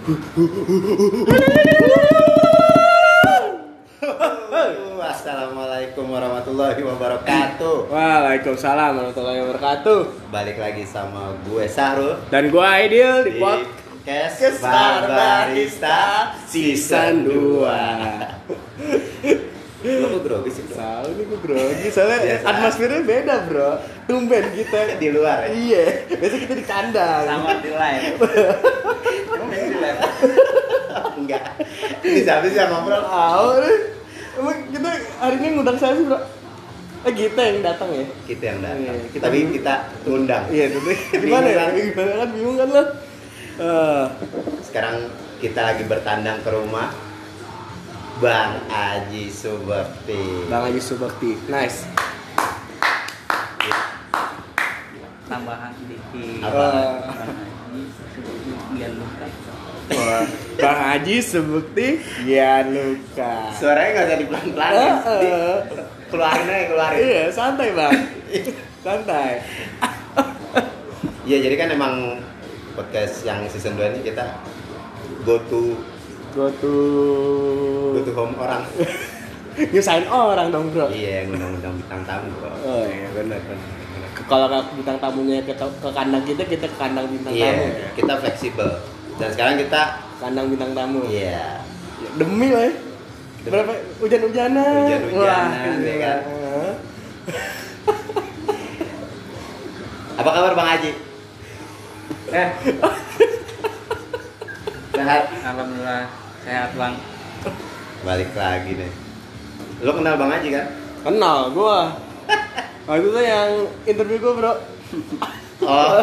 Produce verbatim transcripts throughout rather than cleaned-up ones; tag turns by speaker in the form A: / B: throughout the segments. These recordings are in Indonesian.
A: Assalamualaikum warahmatullahi wabarakatuh.
B: Waalaikumsalam warahmatullahi wabarakatuh.
A: Balik lagi sama gue Sahrul
B: Dan gue Aidil di
A: di
B: podcast
A: Barbarista
B: Season dua.
A: Lo kok grogi sih bro?
B: Soalnya ini gue grogi, soalnya
A: Biasa.
B: atmosfernya beda bro. Tumben kita
A: Di luar ya?
B: Iya, biasa kita di kandang.
C: Sama di live. Emang main di live?
A: Enggak. Ini siapa sih yang ngobrol?
B: Tahu nih. Emang kita hari ini ngundang saya sih bro? Eh kita yang datang ya?
A: Kita yang datang.
B: Iya, kita
A: Tapi
B: bingung.
A: kita ngundang.
B: Iya, tapi gimana ya?
A: Bingung kan?
B: Gimana kan bingung kan lo? Eh,
A: Sekarang kita lagi bertandang ke rumah Bang Aji Subakti.
B: Bang Haji Subakti, nice.
C: Tambahan sedikit.
A: Apa?
C: Ini seperti Gian Luka.
B: Wah, Bang Haji Subakti Gianluca.
A: Suaranya nggak usah dipelan-pelan.
B: Eh, eh.
A: Keluarin aja, keluarin.
B: Iya, santai bang. Santai.
A: Iya, jadi kan emang podcast yang season dua ini kita go to
B: Go to
A: go to home orang.
B: nyusahin orang dong bro.
A: Iya, ngundang-ngundang bintang tamu bro.
B: Oh iya benar benar. Ke- Kalau ke bintang tamunya ke, ke kandang kita, kita ke kandang bintang
A: Iya,
B: tamu. Ya.
A: kita fleksibel. Dan sekarang kita
B: Kandang bintang tamu.
A: iya
B: Demi lah. Ya. Berapa hujan-hujanan?
A: Hujan-hujanan,
B: Wah,
A: ya kan?
B: gila.
A: apa kabar Bang Aji?
C: Eh,
A: Sehat.
C: alhamdulillah sehat bang.
A: Balik lagi nih. Lo kenal Bang Aji kan?
B: Kenal gua. Oh, itu tuh yang interview gua bro.
A: Oh.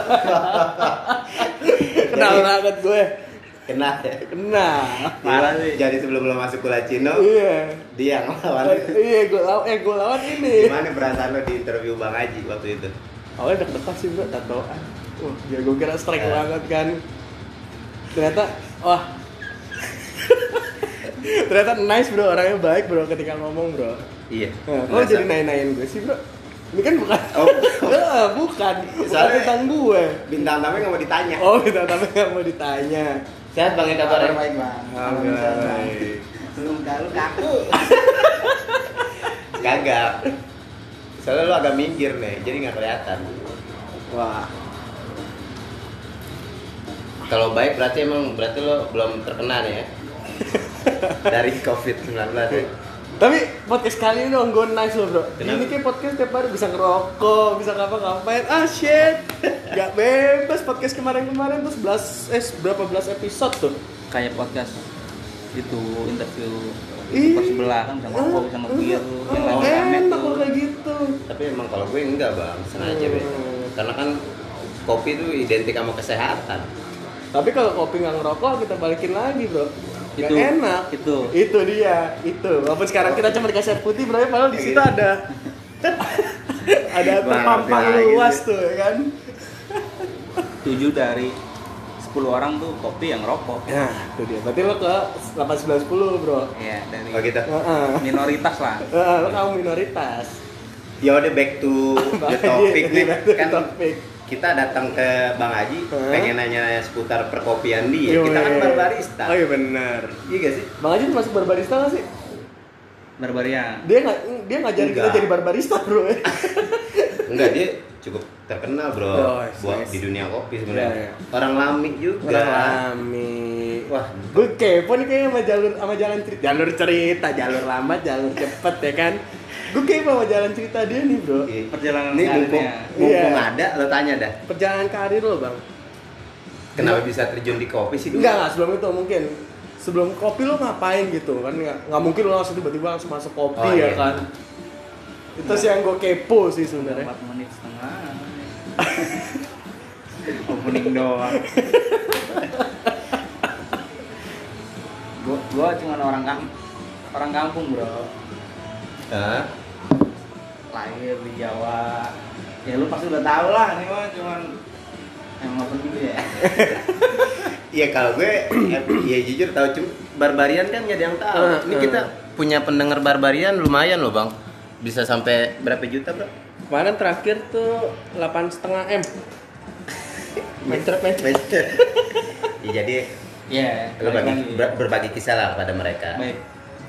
B: Kenal
A: Jadi-
B: banget gue.
A: Kenal ya.
B: Kenal.
C: Parah sih.
A: Jadi sebelum lo masuk Kulacino,
B: Iya.
A: dia yang lawan.
B: Iya, gue lawan, eh gue lawan ini.
A: Gimana perasaan lo di interview Bang Aji waktu itu?
B: Awalnya deg-degan sih bro, tatoan. Wah, ya gue kira strike
A: Eh.
B: banget kan. Ternyata, wah. Ternyata nice bro, orangnya baik bro ketika ngomong bro.
A: Iya.
B: Nah, kok jadi nain-nain gue sih bro? Ini kan bukan.
A: Oh.
B: Eh, bukan. Bukan
A: Soalnya-
B: tentang gue.
A: Bintang tamu nggak mau ditanya.
B: Oh, kita tapi nggak mau ditanya.
A: Sehat Bang, ya kabarnya?
C: baik bang.
B: Baik.
C: Belum kalau kaku.
A: Kagak. Soalnya lo agak minggir nih, jadi nggak kelihatan.
B: Wah.
A: Kalau baik berarti emang berarti lo belum terkena nih ya dari covid sembilan belas ya.
B: Tapi podcast kali ini dong gue nice loh bro.
A: Kenapa?
B: Ini kayak podcast tiap hari bisa ngerokok, bisa ngapa-ngapain. Ah shit, gak bebas podcast kemarin-kemarin tuh sebelas eh berapa belas episode tuh.
C: Kayak podcast itu interview
B: Ih.
C: super sebelah kan bisa ngomong bisa ngebir yang
B: Oh,
C: lain rame
B: enak
C: tuh.
B: kalau kayak gitu.
A: Tapi emang kalau gue enggak Bang, sengaja
B: Hmm.
A: Be. Karena kan kopi itu identik sama kesehatan.
B: Tapi kalau kopi nggak ngerokok kita balikin lagi bro. Gak
C: Itu,
B: enak.
C: itu.
B: Itu dia, itu. Walaupun sekarang kita cuma dikasih air putih bro, padahal di situ ada ada terpampang
A: Ngerti lagi
B: luas
A: sih.
B: tuh ya kan.
C: Tujuh dari sepuluh orang tuh kopi yang rokok.
B: Nah, itu dia. Berarti lo ke delapan sembilan sepuluh bro.
C: Iya dari
A: Oh gitu.
B: Heeh.
C: minoritas lah.
B: Eh, lo kamu minoritas.
A: Ya udah back to the topic nih. Kan
B: Topik.
A: kita datang ke Bang Haji
B: Hah?
A: pengen nanya seputar perkopian dia.
B: Yoi.
A: Kita kan barbarista.
B: Oh iya benar.
A: Iya gak sih?
B: Bang Haji masuk barbarista nggak sih?
C: Barbaria.
B: Dia nggak dia ngajarin kita
A: Enggak.
B: jadi barbarista bro.
A: Enggak, dia cukup terkenal bro
B: Oh,
A: buat
B: nice.
A: di dunia kopi
B: Iya,
A: sebenarnya.
B: iya.
A: Orang Lami juga.
B: Orang lami.
A: Wah,
B: Gue kepo nih kayaknya sama jalur sama jalan cerita. Jalur cerita, jalur lambat, jalur cepet ya kan. Gue kepo sama jalan cerita dia nih bro.
A: iya.
C: Perjalanan
A: Ini
C: karirnya.
A: mumpung, mumpung
B: Iya.
A: ada, lo tanya dah.
B: Perjalanan karir lo bang.
A: Kenapa bisa terjun di kopi sih dulu?
B: Enggak nggak sebelum itu mungkin. Sebelum kopi lo ngapain gitu kan? Nggak nggak mungkin lo langsung tiba-tiba langsung masuk kopi
A: Oh,
B: ya
A: iya.
B: kan. Itu sih yang gue kepo sih sebenarnya.
C: empat menit setengah. Opening doang. gua gua cuma orang kamp orang kampung bro,
A: Hah?
C: lahir di Jawa. Ya lu pasti udah tahu lah, ini mah cuman yang open gitu ya.
A: Iya kalau gue, ya, ya jujur tahu cuma barbarian kan nggak ada yang tahu.
B: Uh,
A: Ini
B: uh.
A: kita punya pendengar barbarian lumayan loh bang. Bisa sampai berapa juta bro?
B: Kemarin terakhir tuh delapan setengah m. Mencret mencret.
A: Ya, jadi
C: Iya.
A: Lu bagi, ber- berbagi kisah lah pada mereka.
C: Baik.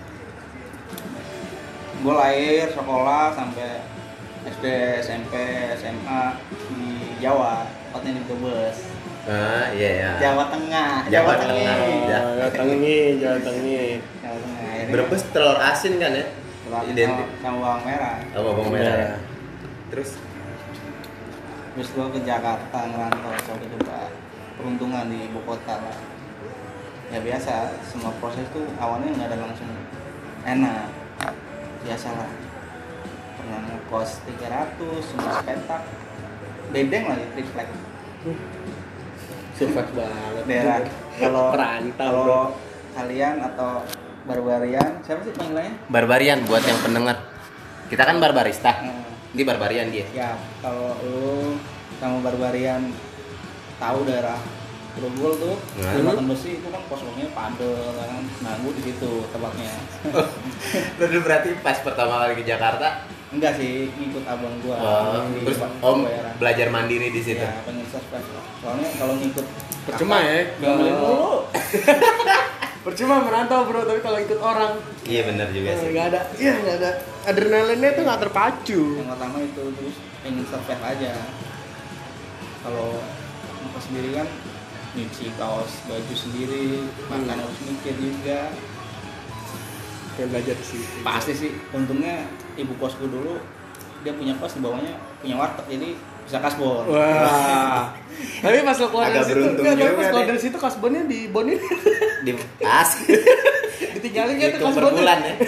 C: Gue lahir sekolah sampai S D, S M P, S M A di Jawa, tepatnya di Brebes.
A: Ah, iya ya.
C: Jawa Tengah.
A: Jawa Tengah.
B: Oh, Jawa Tengah, Jawa Tengah.
C: Jawa Tengah. Akhirnya
A: Brebes telur asin kan ya?
C: telur
A: Identik.
C: sama, sama bawang merah.
A: Apa bawang merah ya? Terus
C: Terus gue ke Jakarta ngerantau, coba-coba peruntungan di ibu kota lah. Ya biasa, semua proses tuh awalnya nggak ada langsung enak. Biasalah. Pernah ngekos tiga ratus, cuma sepetak. Bedeng lagi, triplek.
B: Survive banget.
C: Daerah kalau
B: Perantau,
C: kalau
B: bro.
C: kalian atau barbarian, siapa sih panggilannya?
A: barbarian buat yang pendengar. Kita kan barbarista.
C: Hmm.
A: Ini barbarian dia.
C: Ya, kalau lu sama barbarian tahu daerah Grogol tuh,
A: Nah.
C: jembatan besi itu kan pos-posnya padel kan. Nah, gue di situ tempatnya.
A: Lu berarti pas pertama kali ke Jakarta,
C: Enggak sih, ngikut abang gua.
A: oh,
C: di
A: terus
C: Ba-
A: Om
C: Bayaran.
A: belajar mandiri di situ.
C: Ya, pengen surprise lah. Soalnya kalau ngikut
B: Percuma
C: kakak,
B: ya.
C: diomelin mulu.
B: Percuma merantau bro, tapi kalau ikut orang
A: Iya benar juga sih.
B: nggak ada, iya nggak ada adrenalinnya tuh nggak terpacu.
C: Yang pertama itu terus pengen survive aja. Kalau ngekos sendiri kan nyuci kaos baju sendiri, makan
B: Hmm.
C: harus mikir juga.
B: Kayak belajar di situ.
C: Pasti sih, untungnya ibu kosku dulu dia punya kos di bawahnya punya warteg, jadi bisa kasbon.
B: Wah. Tapi pas lo keluar
A: Agak
B: dari situ,
A: beruntung
B: nggak, tapi
A: juga
B: pas keluar
A: deh.
B: dari situ kasbonnya dibonin,
A: Di as.
B: ditinggalin gitu
A: Itu per
B: kasbonnya.
A: bulan ya.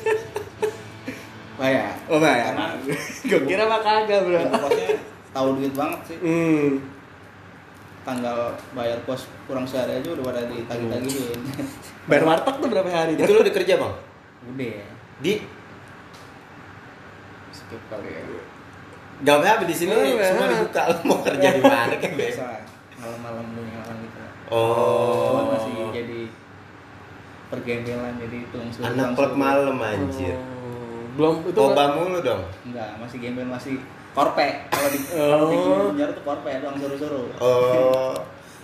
C: Bayar.
B: Oh bayar.
C: Karena
B: Gue kira mah kagak bro.
C: ibu kosnya tahu duit banget sih.
B: Hmm.
C: Tanggal bayar kos kurang sehari aja udah pada ditagih-tagihin.
B: Bayar warteg tuh berapa hari?
A: Itu lu dikerja bang?
C: Udah ya.
A: Di
C: Skip kali ya.
A: Gak apa-apa di sini
B: Oh,
A: semua
B: ya.
A: dibuka. Lu mau kerja di mana kan Bang?
C: Biasa malam-malam lu malam gitu.
A: Oh.
C: Cuman masih jadi pergembelan, jadi tulang suruh.
A: Anak klub malam anjir.
B: Oh, belum itu
A: Boba mulu dong.
C: Enggak, masih gembel, masih korpe. Kalau di kalau di
B: Oh.
C: penjara tuh korpe doang suruh-suruh.
A: Oh.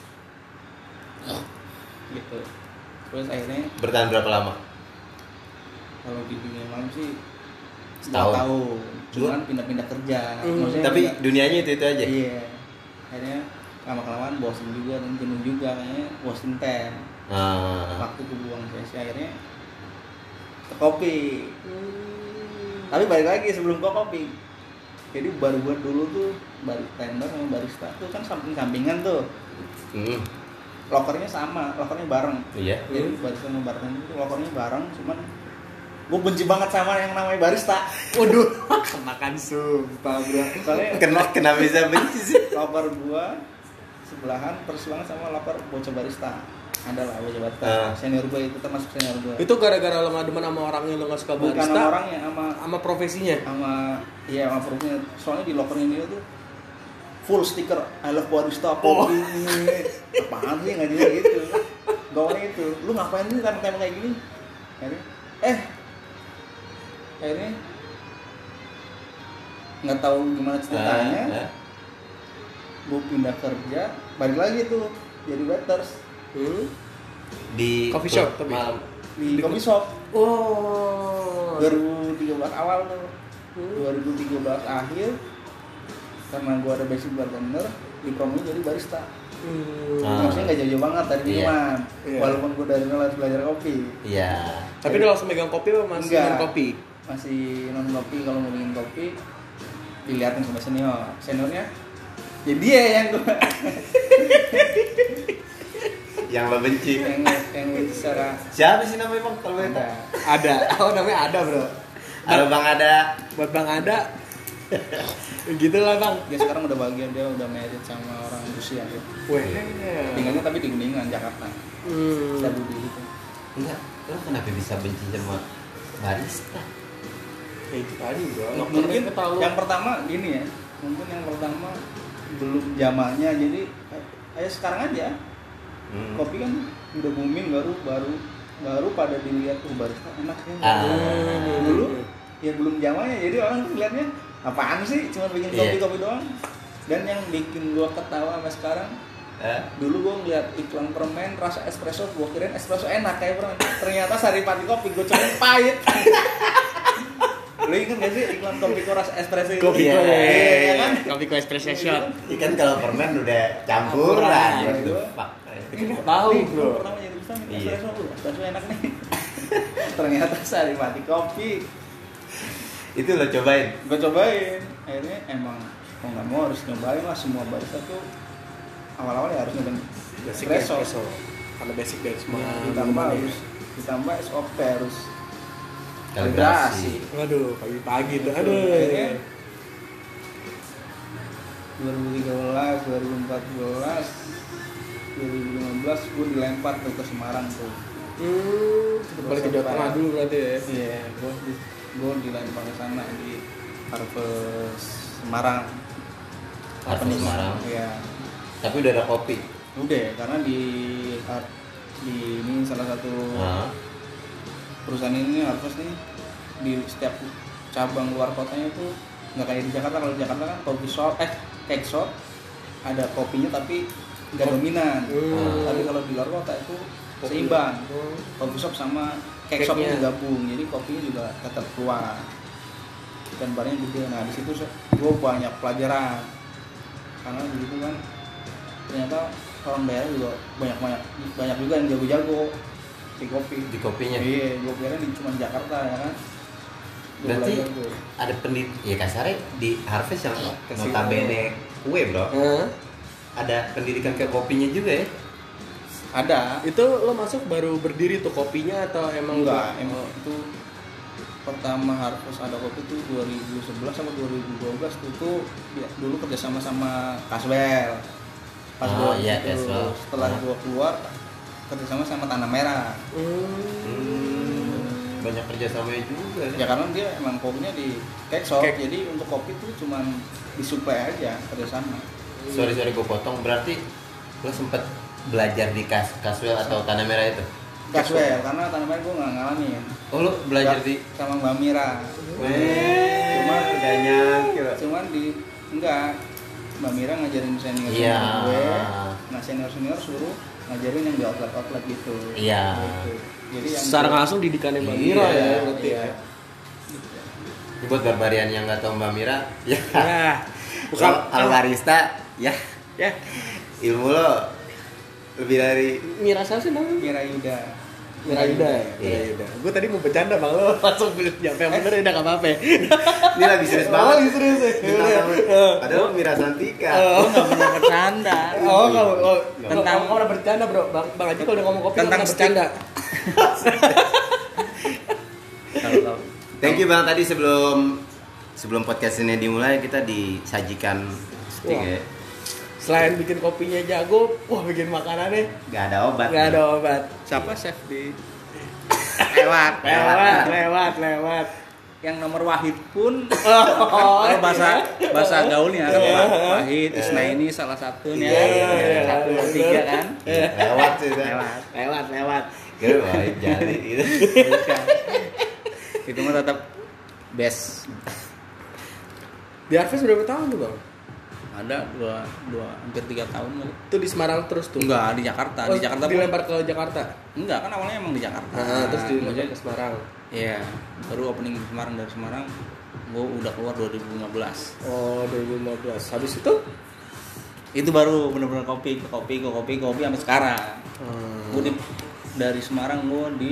C: Gitu. Terus akhirnya
A: Bertahan berapa lama?
C: kalau di dunia malam sih
A: Setahun.
C: nggak tahu, cuman pindah-pindah kerja.
B: Hmm.
C: Maksudnya
A: Tapi
C: pindah-
A: dunianya itu itu aja.
C: iya. Akhirnya lama-kelamaan bosen juga dan jenuh juga, kayaknya bosen ten.
A: Ah.
C: Waktu kebuang sia-sia, akhirnya ke kopi.
B: Hmm.
C: Tapi balik lagi sebelum ke kopi. Jadi baru buat dulu tuh bartender sama barista tuh kan samping-sampingan tuh.
A: Hmm.
C: Lokernya sama, lokernya bareng.
A: Iya.
C: Jadi barista sama bartender itu lokernya bareng, cuman gue benci banget sama yang namanya barista.
B: Waduh, makan sumpah bro.
C: Soalnya
A: Kenapa kenapa bisa benci sih?
C: loker gua sebelahan persis banget sama loker bocah barista. Ada lah bocah barista.
A: Ah.
C: Senior gua itu termasuk senior gua.
B: Itu gara-gara lo nggak demen sama orangnya, lo nggak suka
C: bukan
B: barista,
C: sama orangnya, sama
B: sama profesinya.
C: sama iya sama perutnya. Soalnya di lokernya dia tuh full stiker I love barista.
B: Oh.
C: Apaan sih nggak jelas gitu. Gawannya itu, lu ngapain sih tembak-tembak kayak gini? Akhirnya, eh akhirnya nggak tahu gimana ceritanya.
A: Ah, ah.
C: Gue pindah kerja, balik lagi tuh jadi waiters
B: Hmm.
A: Di
B: Coffee shop,
A: klub
B: tapi.
A: malam.
C: di coffee shop.
B: Oh.
C: dua ribu tiga belas awal tuh,
B: Hmm.
C: dua ribu tiga belas akhir, karena gue ada basic bartender, dipromosi jadi barista.
B: Hmm.
A: Ah.
C: Maksudnya nggak jauh-jauh banget dari
A: Iya.
C: minuman,
B: Iya.
C: walaupun gue dari nol harus belajar kopi.
A: Iya.
B: Tapi dia langsung megang kopi apa masih
C: Enggak.
B: non kopi?
C: Masih non kopi, kalau mau bikin kopi dilihatin sama senior, seniornya ya dia yang gue
A: Yang lo benci.
C: yang yang secara
A: Siapa sih namanya bang kalau boleh
C: ada.
A: tahu?
B: Ada. Oh namanya ada bro.
A: Halo bang ada.
B: Buat bang ada. Gitu lah bang.
C: Dia sekarang udah bahagia, dia udah married sama orang Rusia gitu.
B: Weh.
C: Tinggalnya tapi di Kuningan, Jakarta.
B: Hmm.
C: Saya budi gitu.
A: Enggak. Lo kenapa bisa benci sama barista?
B: Kayak itu tadi bro.
C: Mungkin
B: ketahuan.
C: yang pertama gini ya, mungkin yang pertama belum zamannya, jadi ayo sekarang aja.
A: Hmm.
C: Kopi kan udah booming, baru baru baru pada dilihat tuh barista enak ya.
A: Ah.
C: Dulu ya belum zamannya, jadi orang tuh lihatnya apaan sih, cuma bikin
A: Iya.
C: kopi-kopi doang. Dan yang bikin gua ketawa sampai sekarang,
A: Eh?
C: Dulu gue ngeliat iklan permen rasa espresso, gue kirain espresso enak kayak permen. Ternyata Saripati kopi gue cobain pahit. Lu inget gak sih iklan kopi ko rasa espresso itu?
B: Kopi
A: Iya,
B: ko,
C: iya kan?
B: kopi ko espresso shot.
A: Ikan kalau permen udah campuran.
C: Campuran,
A: What the
C: gitu.
A: fuck?
B: Tahu,
C: Nih,
B: bro.
C: gua Pertama jadi bisa minum
A: Iya.
C: espresso, uh, espresso enak nih. Ternyata Saripati kopi.
A: Itu lo cobain.
C: Gue cobain, akhirnya emang mau nggak mau harus nyobain lah semua barista tuh awal-awal ya harus nyobain
B: Basic
C: espresso.
B: espresso. Karena basic dari semua
C: Ya, ditambah
B: minuman ya.
C: harus ditambah S O P harus
A: Kalibrasi.
B: Waduh, pagi-pagi tuh.
C: Akhirnya
B: Aduh.
C: dua ribu tiga belas, dua ribu empat belas, dua ribu lima belas gue dilempar tuh ke Semarang tuh.
B: Hmm, balik ke Jawa Tengah dulu berarti ya.
C: Iya, gue di, gue dilempar ke sana di Harvest Semarang.
A: Harvest
C: Opening.
A: Semarang.
C: Iya.
A: Tapi udah ada kopi.
C: Udah, karena di di ini salah satu
A: Nah.
C: perusahaan ini Harvest nih di setiap cabang luar kotanya tuh nggak kayak di Jakarta. Kalau di Jakarta kan coffee shop, eh cake shop ada kopinya tapi nggak dominan.
B: Hmm.
C: Tapi kalau di luar kota itu seimbang,
B: Hmm.
C: coffee shop sama cake shop
B: Cake-nya.
C: itu gabung, jadi kopinya juga tetap keluar dan barnya gede. Nah di situ gue banyak pelajaran karena di situ kan ternyata orang daerah juga banyak banyak banyak juga yang jago-jago di kopi.
A: Di kopinya.
C: Iya, gue kira di cuma Jakarta ya kan. Gua
A: Berarti
C: belajar tuh.
A: ada pendid ya kasarnya di Harvest yang
B: Kasih
A: notabene kue, Bro.
B: Hah?
A: Ada pendidikan ke kopinya juga ya?
C: Ada.
B: Itu lo masuk baru berdiri tuh kopinya atau emang
C: Enggak,
B: udah-
C: emang itu pertama Harvest ada kopi tuh dua ribu sebelas sama dua ribu dua belas tuh, tuh ya, dulu kerjasama sama Caswell. Pas
A: Oh,
C: gua
A: iya,
C: itu,
A: Caswell.
C: setelah
A: Ah.
C: gua keluar kerjasama sama Tanah Merah.
B: Hmm.
A: Banyak kerjasamanya juga.
C: Ya karena dia emang kopinya di cake shop,
B: Cake.
C: jadi untuk kopi tuh cuman disuplai aja kerjasama.
A: Sorry sorry gue potong. Berarti lo sempet belajar di Kas Caswell atau Tanah Merah itu?
C: Caswell, karena Tanah Merah gua nggak ngalamin.
A: Oh lo belajar
C: Nggak,
A: di?
C: sama Mbak Mira.
A: Cuma udah nyangkir.
C: Cuman di enggak Mbak Mira ngajarin senior
A: Iya.
C: senior gue, nah senior senior suruh ngajarin yang di outlet outlet gitu.
A: Iya.
C: Gitu. Jadi yang
B: Secara nggak langsung didikannya Mbak Mira
A: Iya,
B: ya berarti
C: iya.
B: ya.
A: Ini buat barbarian yang nggak tahu Mbak Mira, ya.
B: Ya.
A: Bukan
B: Bukan
A: kalau barista, ya
B: ya.
A: ilmu lo lebih dari
B: Mira siapa sih namanya?
C: Mira Yuda.
B: Mira Yuda ya. Mira
A: Iya.
B: Yuda. Gue tadi mau bercanda Bang lo langsung jawab yang bener udah enggak apa-apa.
A: ini lagi serius
B: Oh,
A: banget.
B: lagi serius ya.
A: Bintang tamu.
B: Eh.
A: Padahal Mira Santika.
B: Oh.
C: Gue nggak pernah bercanda.
B: Oh, kalau oh,
A: Nggak.
B: tentang kamu pernah bercanda, Bro. Bang, Bang Haji kalau udah ngomong kopi
C: Tentang
B: nggak pernah bercanda.
C: Kalau tahu.
A: Thank you Bang, tadi sebelum sebelum podcast ini dimulai kita disajikan stick
B: Wah.
A: ya.
B: Selain bikin kopinya jago, wah bikin makanannya
A: Gak ada obat.
B: nggak ada obat.
C: Siapa chef di lewat
B: Lewat, lewat, lewat.
C: yang nomor Wahid pun
B: Oh,
C: kalau bahasa bahasa gaulnya kan
B: Iya.
C: Wahid Isnaini salah satu nih
B: Iya,
C: kan.
B: iya,
C: Satu
B: iya,
C: tiga
B: iya.
C: kan
A: Lewat sih.
C: lewat.
B: lewat, lewat.
A: Kira baik jadi gitu.
C: Bukan. Itu mah tetap best.
B: Di Harvest berapa tahun tuh, Bang?
C: Ada dua dua hampir tiga tahun kali.
B: Itu di Semarang terus tuh.
C: Enggak di Jakarta.
B: Oh,
C: Di Jakarta pun
B: dilempar ke Jakarta.
C: enggak kan awalnya emang di Jakarta.
B: Nah, terus dilempar
C: Maksudnya-
B: ke Semarang.
C: Iya, baru opening di Semarang. Dari Semarang gue udah keluar dua ribu lima belas.
B: Oh, dua ribu lima belas. Habis itu
C: Itu baru bener-bener kopi, ke kopi, ke kopi, ke kopi sampai sekarang.
B: hmm.
C: Gue di dari Semarang gue di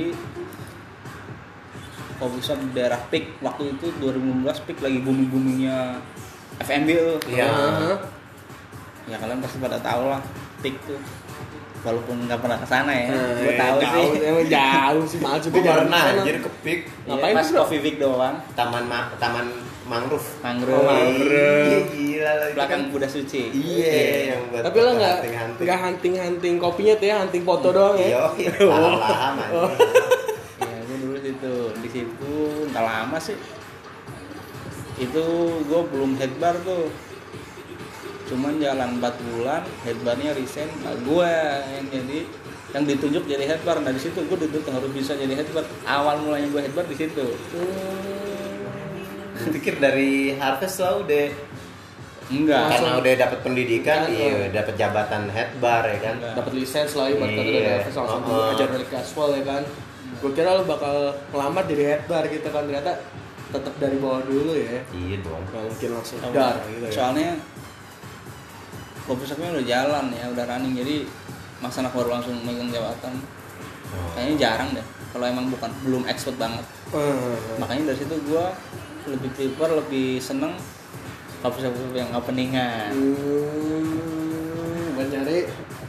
C: coffee shop di daerah Pik. Waktu itu dua ribu lima belas Pik lagi booming-boomingnya F and B tuh.
A: Iya.
B: Heeh.
C: Ya kalian pasti pada tahu lah Pik tuh. Walaupun nggak pernah kesana ya,
B: Nah,
C: gue tahu
B: jauh,
C: sih.
B: Emang jauh sih, mahal juga
A: Gue
B: jarang
A: pernah
B: kesana.
A: jadi kepik
C: Iya,
B: Ngapain
C: pas
B: tuh, Bro?
C: Coffee Week doang.
A: taman ma taman mangrove.
C: Mangrove.
B: Oh, mangrove.
A: Iya, gila lah itu
C: Belakang
A: kan.
C: Buddha Suci.
A: Iya, yang buat
B: Tapi lo nggak
A: hunting-hunting.
B: nggak hunting-hunting kopinya tuh ya, hunting foto doang ya?
A: Iya, paham paham aja.
C: Ya, gue dulu situ, di situ entah lama sih. Itu gue belum headbar tuh. Cuman jalan empat bulan, headbarnya resign, nah gue yang jadi yang ditunjuk jadi headbar. Nah di situ gue ditunjuk harus bisa jadi headbar. Awal mulanya gue headbar di situ.
A: Gue pikir dari Harvest lo udah
C: Enggak.
B: Langsung-
A: Karena udah dapat pendidikan,
B: Enggak,
A: iya,
B: enggak.
A: dapat jabatan head bar ya kan.
C: Enggak.
B: Dapat lisensi lah ibarat kata
A: Iya.
B: dari Elvis langsung
A: Oh, oh.
B: diajar dari casual ya kan. Gue kira lu bakal ngelamar jadi head bar gitu kan, ternyata tetap dari bawah dulu ya.
A: Iya dong.
B: Nggak mungkin langsung
C: Sama-
B: dar gitu ya.
C: Soalnya coffee shopnya udah jalan ya, udah running, jadi masa anak baru langsung megang jabatan
A: Oh.
C: kayaknya jarang deh kalau emang bukan belum expert banget.
B: Eh,
C: Makanya dari situ gue lebih prefer, lebih seneng coffee shop yang openingan.
B: Hmm, buat nyari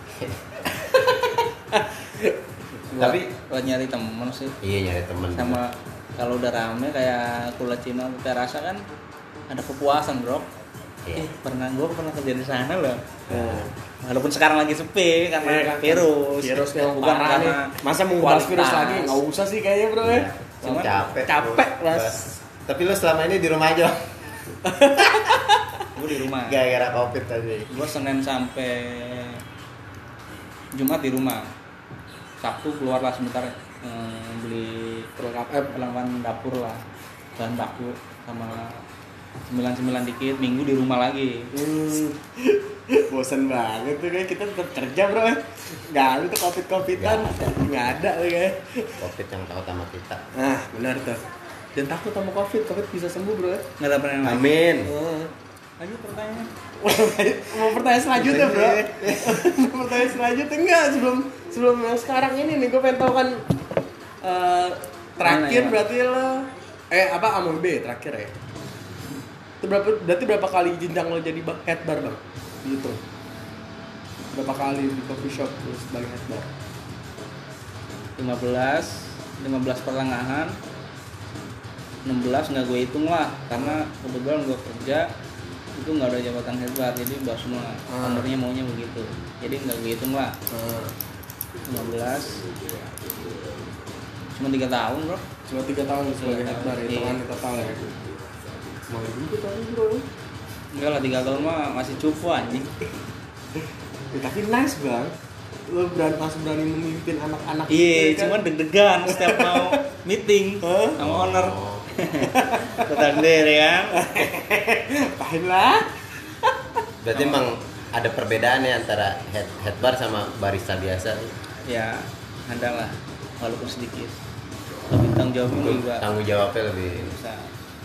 C: Buat-
A: Tapi
C: buat nyari temen sih,
A: Iya nyari temen.
C: sama kalau udah rame kayak Kula Cina atau Terasa kan ada kepuasan bro.
A: Iya.
C: Eh, pernah gue pernah kerja di sana loh.
B: eh,
C: Walaupun sekarang lagi sepi karena
B: iya kan,
C: virus.
B: virus yang
C: bukan
B: parah nih.
C: karena
B: Masa mau ngebahas
C: kualitas.
B: virus lagi? Nggak usah sih kayaknya bro ya.
A: Iya.
C: Cuman
A: capek.
B: capek,
A: Bro.
B: Mas.
A: Bas. Tapi lu selama ini di rumah aja.
C: Gue di rumah.
A: Gara-gara covid tadi.
C: Gue Senin sampai Jumat di rumah. Sabtu keluar lah sebentar, eh, beli
B: Perlengkapan.
C: perlengkapan dapur lah, bahan baku sama sembilan-sembilan dikit. Minggu di rumah lagi.
B: Hmm, bosan banget tuh kayak kita tetap kerja bro. Nggak ada tuh covid covidan, nggak ada tuh kayak.
A: Covid yang tahu sama kita.
B: Nah benar tuh. Dan takut sama covid, covid bisa sembuh bro.
C: Nggak ada pertanyaan lagi.
A: Amin.
B: Eh.
C: Lanjut pertanyaan.
B: Mau pertanyaan selanjutnya bro? Mau pertanyaan selanjutnya enggak sebelum sebelum yang sekarang ini nih gue pengen tahu kan eh, terakhir
C: Mana ya?
B: berarti lo eh apa A M B terakhir ya? Itu berapa berarti berapa kali jenjang lo jadi ba- head bar bang? Gitu. Berapa kali di coffee shop terus sebagai head bar?
C: lima belas lima belas pertengahan, enam belas nggak gue hitung lah karena kebetulan gue kerja itu nggak ada jabatan head bar, jadi bos semua
B: Ah.
C: ownernya maunya begitu, jadi nggak gue hitung lah.
B: Nah,
C: lima belas cuma tiga tahun bro.
B: cuma tiga tahun sebagai
C: Tiga
B: head
C: tahun,
B: bar
C: iya.
B: hitungan total ya. Mau juga tahun bro.
C: Enggak lah, tiga tahun mah masih cupu anjing.
B: Ya, tapi nice bang. Lo berani langsung berani memimpin anak-anak.
C: Iya,
B: gitu, kan?
C: cuman deg-degan setiap mau meeting
B: Hah?
C: sama owner.
A: Oh.
C: Tetap diri kan.
B: Tahin lah.
A: Berarti emang ada perbedaan ya antara head, head bar sama barista biasa.
C: Ya, ada lah, walaupun sedikit. Tapi tanggung jawabnya juga
A: Tanggung jawabnya lebih.
C: besar.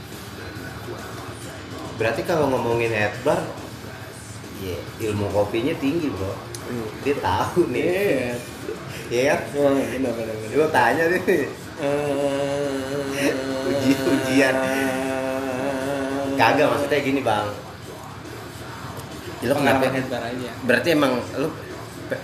A: Berarti kalau ngomongin head bar, ya ilmu kopinya tinggi bro. Dia tahu nih.
B: Iya.
A: Iya kan?
B: Oh, benar benar benar.
A: Gue tanya nih. Uji- ujian. Kagak, maksudnya gini bang. Ya, Lo
C: Pengalaman
A: kenapa?
C: head bar aja.
A: Berarti emang lu pe-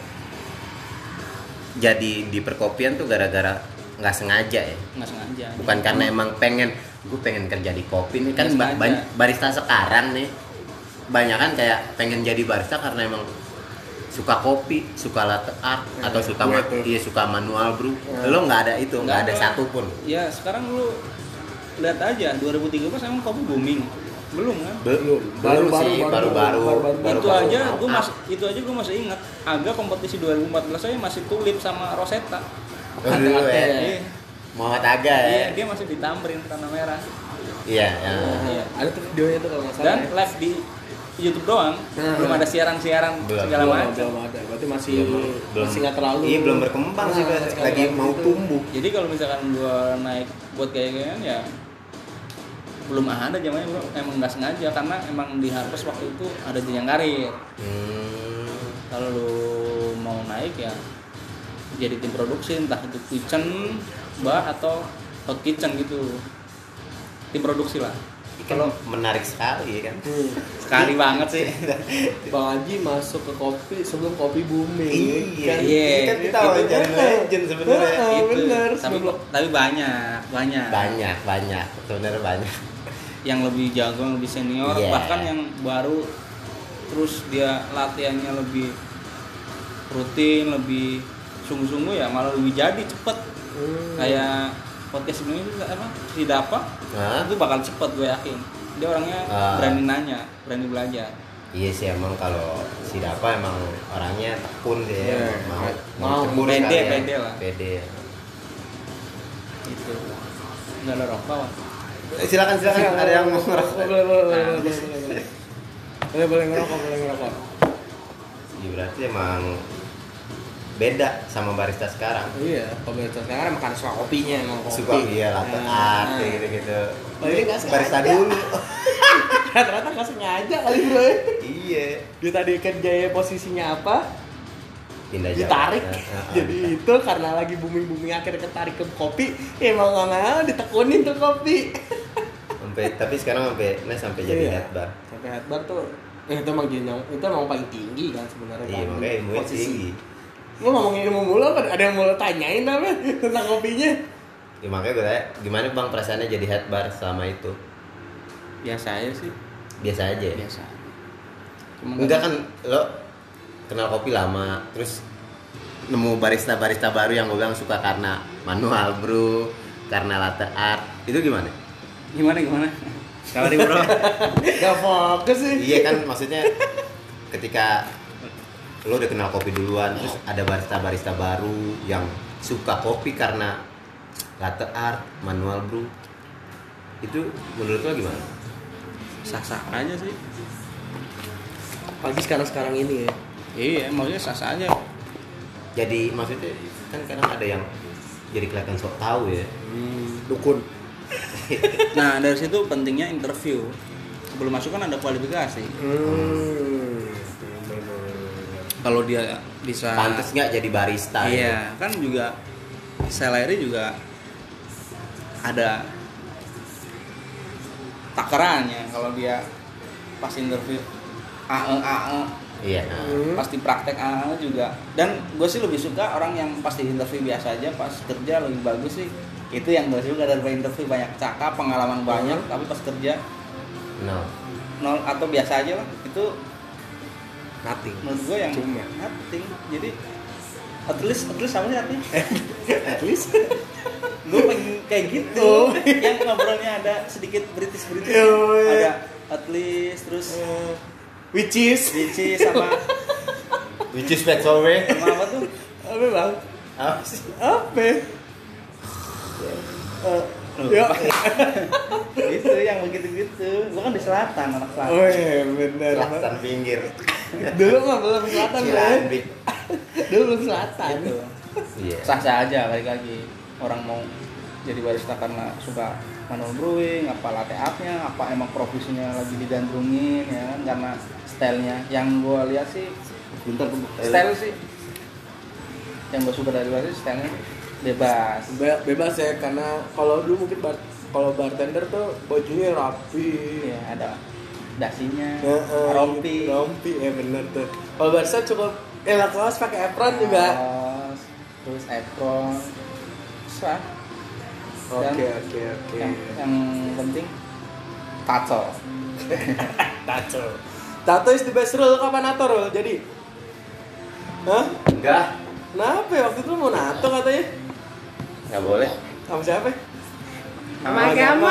A: jadi di perkopian tuh gara-gara nggak sengaja ya?
C: Nggak sengaja.
A: Bukan karena emang pengen, gue pengen kerja di kopi nih kan.
C: Nggak
A: ba-
C: sengaja.
A: ban- barista sekarang nih banyak kan kayak pengen jadi barista karena emang suka kopi, suka latte art,
B: Ya,
A: atau suka
B: gue
A: ma-
B: tuh.
A: iya suka manual brew.
B: Ya.
A: Lo nggak ada itu, nggak
C: Nggak
A: ada
C: ada.
A: satupun.
C: Ya sekarang lu lihat aja dua ribu tiga belas emang kopi booming. Belum kan?
A: Be-
B: Belum.
A: belum
B: Baru-baru,
A: sih,
B: baru-baru,
A: baru-baru.
B: baru-baru.
A: baru-
C: itu
A: baru
C: aja
A: mau
C: gue
A: up.
C: masih itu aja gue masih ingat. Agak kompetisi dua ribu empat belas saya masih tulip sama Rosetta.
A: Oh, dulu ya.
C: Iya.
A: Muhammad Aga ya.
C: Iya, dia masih ditamperin tanah merah.
A: Iya. ya.
C: Iya.
B: Ada tuh videonya tuh kalau nggak salah.
C: Dan
B: ya.
C: live di YouTube doang,
B: Hmm.
C: belum ada siaran-siaran
A: Belum.
C: segala
B: Belum,
C: macam.
B: belum ada. Berarti masih
A: Belum, belum.
B: masih nggak terlalu.
A: Iya, belum berkembang sih,
B: Nah,
A: Bas.
B: masih nggak
A: Lagi
B: terlalu
A: mau
B: gitu.
A: tumbuh.
C: Jadi kalau misalkan gua naik buat kayak gini ya belum ada zamannya bro, emang nggak sengaja karena emang di Harvest waktu itu ada jenjang karir.
A: Hmm.
C: Kalau lu mau naik ya jadi tim produksi, entah itu kitchen, bar atau hot kitchen gitu, tim produksi lah.
A: Kalau menarik sekali ya kan.
B: Hmm.
C: Sekali banget sih.
B: Bang Haji masuk ke kopi sebelum kopi booming.
A: Iya,
B: kan?
C: iya.
A: Ini kan kita
B: Itu
A: cari
B: bener.
A: legend sebenarnya.
B: Ah,
C: Gitu.
B: bener.
C: Tapi
B: Sebelum-
C: tapi banyak, banyak.
A: Banyak, banyak. Sebenarnya banyak.
C: Yang lebih jago, yang lebih senior,
A: Iya.
C: bahkan yang baru terus dia latihannya lebih rutin, lebih sungguh-sungguh ya malah lebih jadi cepet.
B: Hmm.
C: Kayak podcast ini juga apa? Si Dapa
A: Hah?
C: itu bakal cepet gue yakin. Dia orangnya
A: Ah.
C: berani nanya, berani belajar.
A: Iya sih emang kalau si Dapa emang orangnya tekun sih ya.
B: Iya.
A: Mau
B: Mau,
A: cemburu
C: pede,
A: kali ya.
C: pede lah.
A: Pede.
C: Gitu. Nggak ada rokok. Wan.
A: Eh, Silakan silakan ada yang mau
B: Boleh,
A: ngerokok.
B: boleh, boleh, boleh,
C: Nah,
B: boleh, boleh, boleh. Boleh boleh ngerokok, boleh ngerokok.
A: Ya berarti emang beda sama barista sekarang.
B: Iya, kalau barista sekarang emang karena suka kopinya emang kopi.
A: Suka iya latte
B: Nah.
A: art kayak gitu-gitu.
B: Oh, ini nggak sengaja.
A: Barista dulu.
B: Ternyata nggak sengaja kali bro.
A: Iya.
B: Dia tadi kerjanya posisinya apa?
A: Pindah jauh.
B: Ditarik.
A: Nah, nah,
B: Jadi itu karena lagi booming-booming akhirnya ketarik ke kopi, emang nggak mau ditekunin tuh kopi.
A: sampai tapi sekarang sampai nah sampai jadi
B: Iya.
A: head bar.
B: Sampai head bar tuh eh, itu emang jenjang, itu emang paling tinggi kan sebenarnya.
A: Iya,
B: kan,
A: makanya ilmunya
B: posisi.
A: tinggi.
B: Lu ngomongin ilmu mulu apa ada yang mau lo tanyain apa tentang kopinya?
A: Ya, makanya gue tanya, gimana bang perasaannya jadi head bar selama itu?
C: Biasa aja sih.
A: Biasa aja ya?
C: Biasa. Cuma
A: Enggak kan lo kenal kopi lama, terus nemu barista-barista baru yang gue bilang suka karena manual brew, karena latte art, itu gimana?
C: gimana gimana? Kalau di bro.
B: Gak fokus sih.
A: Iya kan maksudnya ketika lo udah kenal kopi duluan, terus ada barista-barista baru yang suka kopi karena latte art, manual brew, itu menurut lo gimana?
C: Sah-sah aja sih.
B: Pagi sekarang-sekarang ini ya.
C: Iya, maksudnya sah-sah aja.
A: Jadi maksudnya kan kadang ada yang jadi kelihatan sok tahu ya.
B: Hmm, dukun.
C: Nah, dari situ pentingnya interview. Sebelum masuk kan ada kualifikasi.
B: Hmm.
C: Kalau dia bisa
A: Pantes nggak jadi barista?
C: Iya, kan juga salary juga ada takarannya. Kalau dia pas interview A E A E
A: Iya. Nah.
B: Hmm.
C: pasti praktek A E juga. Dan gue sih lebih suka orang yang pas di interview biasa aja, pas kerja lebih bagus sih. Itu yang gue suka dari interview, banyak cakap, pengalaman banyak,
B: Hmm.
C: tapi pas kerja
A: No.
C: nol atau biasa aja lah. Itu
B: Nothing.
C: menurut gue yang
B: Cuma.
C: nothing. Jadi at least at least sama sih artinya.
B: At least.
C: Gue pengen kayak gitu.
B: Oh.
C: Yang ngobrolnya ada sedikit British British.
B: Oh, iya.
C: Ada at least terus
B: Which is.
C: Cici sama
A: Which is bad sore?
C: sama apa tuh?
B: Apa bang?
A: Apa sih?
B: Apa? Uh,
C: Loh,
B: ya.
C: itu yang begitu-gitu. Gue kan di selatan, anak selatan.
B: Oh iya benar.
A: Selatan pinggir.
B: Dulu mah belum selatan bro.
A: Cilanbik.
B: Dulu belum selatan.
C: Gitu.
A: Iya.
C: Sah-sah aja balik lagi. Orang mau jadi barista karena suka manual brewing, apa latte artnya, apa emang profesinya lagi digandrungin ya kan, karena stylenya. Yang gue lihat sih
A: Bentar
C: style sih. Yang gue suka dari barista stylenya bebas.
B: Be- bebas ya, karena kalau dulu mungkin bar kalau bartender tuh bajunya rapi.
C: Iya, ada dasinya,
B: Ya, eh,
C: rompi,
B: rompi ya bener tuh. Kalau barista cukup elak kelas pakai apron juga.
C: kaos, terus apron, sah.
B: Oke oke oke.
C: Yang, yang penting tato.
B: Tato. Tato is the best rule. Kapan nato rule? Jadi, hah?
A: Enggak.
B: Kenapa ya waktu itu lu mau nato katanya?
A: Enggak boleh.
B: Sama siapa?
C: Sama agama.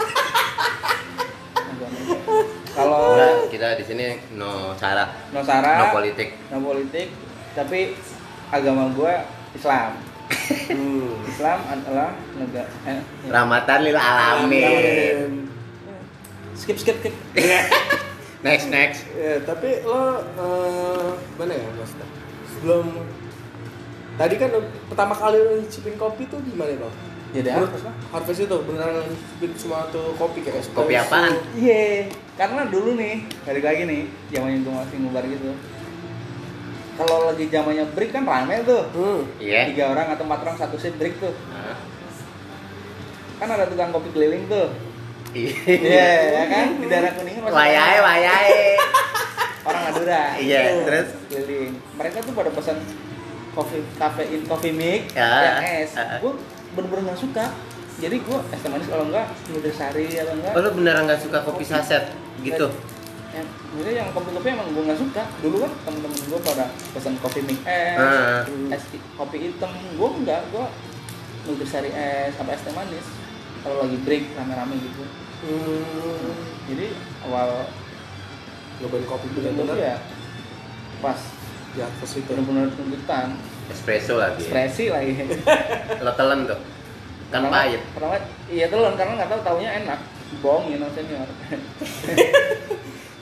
C: Kalau
A: Enggak, kita di sini no syarat,
C: no sara,
A: no politik.
C: no politik, tapi agama gua Islam.
B: Hmm.
C: Islam adalah negara. Eh, ya.
A: Rahmatan lil alamin.
C: Skip skip skip.
A: Next next.
B: Ya, tapi lo eh, mana ya Mas? Sebelum tadi kan lo pertama kali lo nyicipin kopi tuh gimana bang?
C: Jadi
B: Menurut-
C: apa?
B: Harvest itu beneran nyicipin semua tuh kopi kayak
A: Kopi
B: espresso.
A: apaan?
C: Iya, karena dulu nih, balik lagi nih, zamannya gue masih ngubar gitu. Kalau lagi zamannya break kan rame tuh.
B: Hmm.
A: Iya.
C: Tiga orang atau empat orang satu shift break tuh.
A: Nah.
C: Kan ada tukang kopi keliling tuh. Iya,
A: Iya.
C: ya kan? Di daerah Kuningan masih
A: Wayai
C: banyak
A: wayai.
C: orang Madura.
A: Iya,
C: Tuh,
A: terus?
C: keliling. Mereka tuh pada pesan coffee kafein coffee mix
A: Ya.
C: yang es.
A: Ah.
C: Gue bener-bener nggak suka. Jadi gue es teh manis kalau enggak nutrisari atau enggak.
A: Oh, lu beneran nggak suka kopi saset gitu?
C: Yang maksudnya yang kopi-kopi emang gue nggak suka. Dulu kan temen-temen gue pada pesan kopi mix es,
A: Ah.
C: es hi- kopi hitam. Gue enggak, gue nutrisari es sampai es teh manis. Kalau lagi break rame-rame gitu.
B: Hmm.
C: Jadi awal
B: Nyobain kopi
C: bener-bener
B: bener-bener
C: ya pas
B: di Harvest itu.
C: bener-bener tuntutan
A: Espresso lagi.
C: ekspresi lagi.
A: Lo telan tuh. Kan
C: Pertama-
A: pahit.
C: Pertama iya telon karena nggak tahu taunya enak. Bohongin sama senior.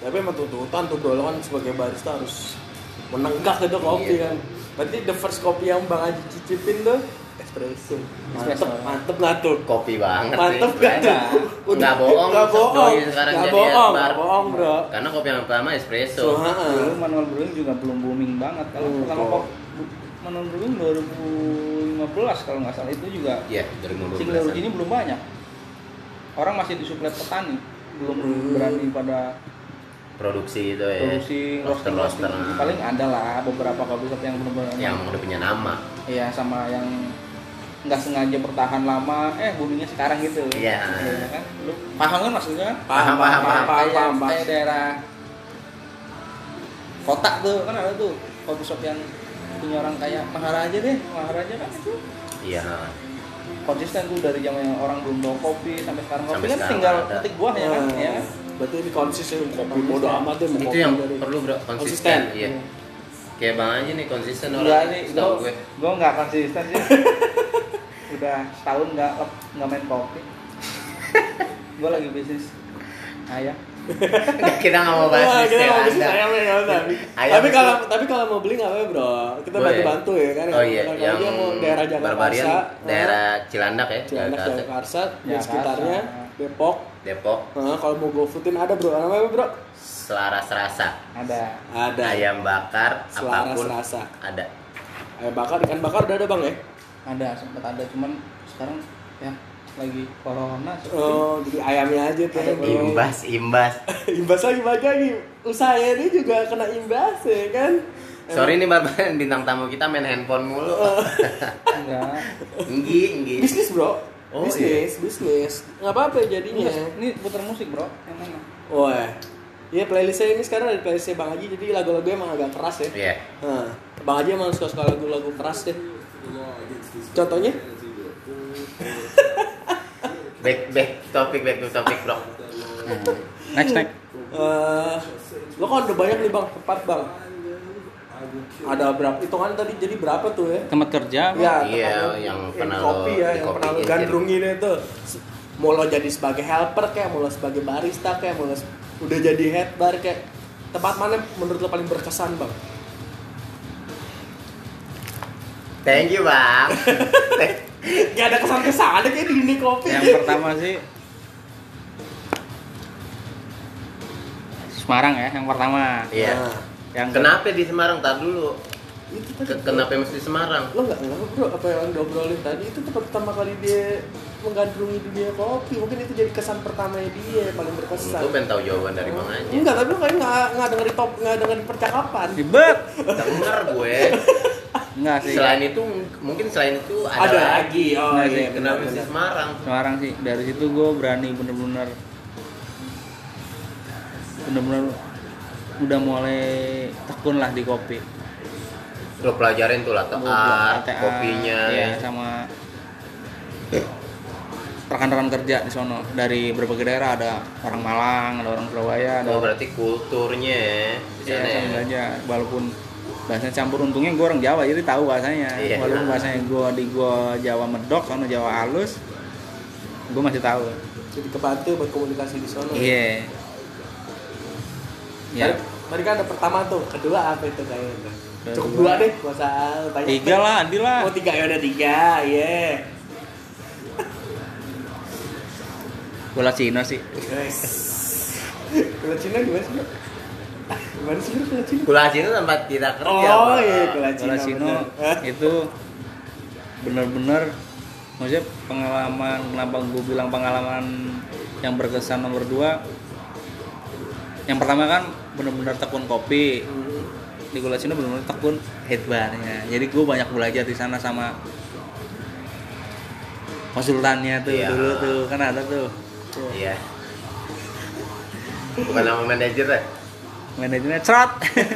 B: Tapi emang tuntutan tuh bro, lo kan sebagai barista harus menenggak gitu kopi
A: Iya.
B: kan. Berarti the first kopi yang Bang Haji cicipin tuh espresso. Mantep,
C: Espresso.
B: mantep nggak tuh?
A: Kopi banget
B: Mantep
A: sih.
B: nggak tuh?
A: Nggak bohong,
B: Nggak bohong,
A: doi sekarang
B: nggak
A: jadi
B: bohong,
A: bar.
B: nggak bohong bro.
A: Karena kopi yang pertama espresso.
B: So, ha-ha.
C: Dulu manual brewing juga belum booming banget. Kalau
B: Hmm,
C: pertama
B: kok.
C: kok manual brewing dua ribu lima belas kalau nggak salah itu juga
A: Iya, dari dua ribu
C: single
A: lima belas.
C: origin belum banyak. Orang masih disuplai petani, belum
B: Hmm.
C: berani pada
A: Produksi itu ya.
C: produksi roasting roasting.
A: roaster.
C: Paling ada lah beberapa coffee shop yang benar-benar
A: Yang udah punya nama.
C: iya sama yang nggak sengaja bertahan lama, eh boomingnya sekarang gitu.
A: Iya.
C: Iya kan? Lu paham kan maksudnya kan?
A: Paham, paham, paham.
B: paham,
C: kayak,
B: paham, paham.
C: kayak daerah kota tuh kan ada tuh coffee shop yang punya orang kayak Maharaja deh, Maharaja kan itu
A: Iya.
C: konsisten tuh dari zaman orang belum tahu kopi sampai sekarang kopi
A: Sampai
C: kan
A: sekarang
C: tinggal
A: ada.
C: petik buahnya kan,
B: Nah,
C: ya kan?
B: Berarti ini konsisten kopi
C: Konsisten.
B: bodo amat deh mau
A: Itu
B: kopi
A: yang
B: dari-
A: perlu bro,
B: Konsisten.
A: konsisten. Iya. Kayak Bang aja nih konsisten
C: Enggak
A: orang.
C: nih,
A: Setahu
C: gue
A: gue.
C: gue nggak konsisten sih. Udah setahun nggak nggak main kopi. Gue lagi bisnis ayam.
A: Kita nggak mau bahas
B: Wah, kita
A: istilah
B: mau bisnis
A: Anda.
B: ayam ya, nggak usah.
A: Ayam
B: Tapi
A: itu-
B: kalau tapi kalau mau beli nggak apa-apa bro, kita
A: Boleh.
B: bantu bantu ya kan.
A: Oh iya,
B: Kalau
A: yang
B: dia mau daerah Jakarta,
A: Barbarian,
B: Karsa,
A: daerah Cilandak ya,
B: Cilandak,
A: Jakarta,
B: Jakarta, dan
C: Jakarta.
B: sekitarnya, Depok.
A: Depok,
B: Nah, kalau mau GoFoodin ada bro, namanya apa bro?
A: Selaras Rasa,
C: Ada.
B: Ada.
A: ayam bakar,
B: Selaras
A: apapun
B: Rasa.
A: ada.
B: Ayam bakar, ikan bakar udah ada bang ya?
C: Ada sempat ada cuman sekarang ya lagi corona seperti
B: Oh, jadi ayamnya aja tuh.
C: Ada
B: bro.
A: Imbas, imbas.
B: Imbas lagi balik lagi. Usahanya ini juga kena imbas ya kan?
A: Sorry nih Barbarian, bintang tamu kita main handphone mulu.
C: enggak.
A: Enggi, enggi.
B: Bisnis bro.
A: Oh,
B: bisnis, bisnis. Nggak apa-apa jadinya.
C: Ini putar musik bro yang mana?
B: Oh ya. Iya playlistnya ini sekarang ada playlistnya Bang Haji, jadi lagu-lagunya emang agak keras ya.
A: Iya.
B: Nah, Bang Haji emang suka-suka lagu-lagu keras deh. Contohnya?
A: Back, back topik, back to topik bro.
C: Next next.
B: Eh, lo kan udah banyak nih bang, tepat bang. Ada berapa? Itu kan tadi jadi berapa tuh ya?
C: Tempat kerja.
B: Ya,
A: Iya,
B: tepatnya
A: yang
B: di
A: pernah
B: kopi
A: lo-
B: ya,
A: di
B: yang
A: kopi
B: pernah lo
A: agent.
B: gandrungin itu. Mau lo jadi sebagai helper kayak, mau lo sebagai barista kayak, mau lo se- udah jadi head bar kayak. Tempat mana menurut lo paling berkesan bang?
A: Thank you bang.
B: Gak ada kesan-kesan kayak di dunia kopi.
C: Yang pertama sih Semarang ya, yang pertama.
A: Iya.
B: Nah,
C: Yang
A: Kenapa di Semarang? Tar dulu.
B: itu tadi.
A: Ke- Kenapa mesti Semarang?
B: Lo nggak nggak bro apa yang diobrolin tadi itu tempat pertama kali dia menggandrungi dunia kopi, mungkin itu jadi kesan pertamanya dia paling berkesan.
A: Gue pengen tahu jawaban dari Bang aja.
B: Enggak, tapi lo kayaknya nggak nggak dengerin top nggak dengerin percakapan.
C: ribet.
A: Dengar gue.
C: Enggak sih.
A: Selain itu mungkin selain itu ada,
B: Ada
A: lagi.
B: lagi, oh
C: Nggak
B: iya.
C: sih,
A: Kenapa
B: benar,
A: mesti
B: benar.
A: Semarang?
C: Semarang sih. Dari situ gue berani bener-bener bener-bener udah mulai tekun lah di kopi.
A: Lo pelajarin tuh latte
C: Gua
A: art,
C: latte art,
A: kopinya,
C: ya,
A: ya.
C: sama rekan-rekan kerja di sono dari berbagai daerah, ada orang Malang, ada orang Surabaya, ada
A: Oh berarti kulturnya ya di
C: ya,
A: sana ya.
C: sama belajar. Walaupun bahasanya campur, untungnya gue orang Jawa jadi tahu bahasanya.
A: Iya.
C: Walaupun bahasanya gue di gue Jawa medok, sono Jawa halus, gue masih tahu.
B: Jadi kebantu buat komunikasi di sana.
C: Iya. Ya.
B: Tadi, tadi kan ada pertama tuh, kedua apa itu kayaknya tuh?
C: Kedua.
B: Cukup dua deh, gak usah banyak.
C: Tiga lah, adil lah.
B: Oh tiga ya udah tiga, iya.
C: Bola Cina sih.
B: Guys. Gula Cina gimana sih bro? Gimana sih bro gula Cina?
A: Gula Cina tempat kita kerja.
B: Oh
A: Bang.
B: iya gula Cina.
C: Bola Cina
B: bener.
C: itu benar-benar maksudnya pengalaman, kenapa gue bilang pengalaman yang berkesan nomor dua. Yang pertama kan benar-benar tekun kopi.
B: Hmm.
C: Di Gula Cina benar-benar tekun head barnya. Jadi gue banyak belajar di sana sama konsultannya tuh.
A: Iya.
C: Dulu tuh kan ada tuh
A: Iya. Bukan nama manajer ya?
C: manajernya cerot.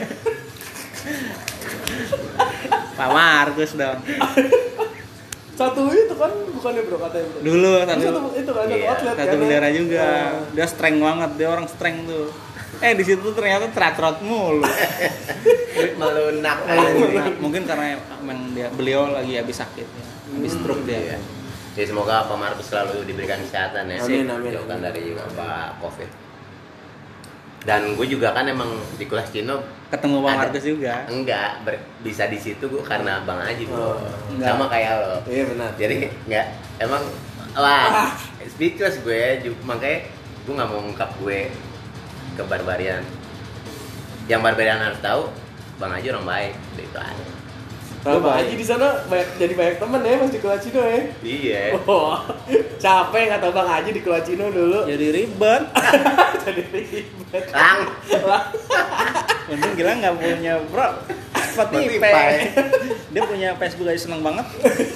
C: Pak Markus dong.
B: Satu itu kan bukannya bro katanya bro.
C: Dulu
B: Itu
C: satu
B: satu itu kan satu
A: Iya,
B: outlet
C: satu
B: kan.
C: bendera juga.
B: Oh.
C: Dia strength banget, dia orang strength tuh. Eh di situ ternyata trot-trot mulu.
A: Melunak.
C: Nah, mungkin karena emang dia beliau lagi habis sakit ya. Habis stroke dia.
A: Iya. Jadi semoga Pak Markus selalu diberikan kesehatan ya.
B: Amin, amin,
A: Jauhkan
B: amin.
A: dari wabah Covid. Dan gue juga kan emang di kelas Cino
C: Ketemu Bang
A: ada-
C: Markus juga.
A: enggak ber- bisa di situ gue karena Bang Aji bro.
B: Oh,
C: enggak.
A: Sama kayak lo.
B: Iya benar.
A: Jadi enggak emang wah speechless gue ju- makanya gue nggak mau ungkap gue ke Barbarian. Yang Barbarian harus tahu Bang Aji orang baik itu aja.
B: Kalau Bang
C: baik.
B: Haji di sana banyak, jadi banyak teman ya Mas di Kulacino ya.
A: Iya.
B: Oh, capek kata Bang Haji di Kulacino dulu.
C: Jadi ribet.
B: Jadi ribet.
A: Lang.
C: Untung gila nggak punya bro Spotify.
A: Spotify.
C: Dia punya Facebook aja seneng banget.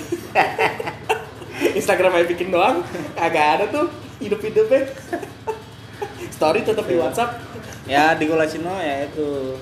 B: Instagram aja bikin doang, kagak ada tuh hidup-hidupnya. Story tetap di WhatsApp.
C: Ya di Golacino ya itu.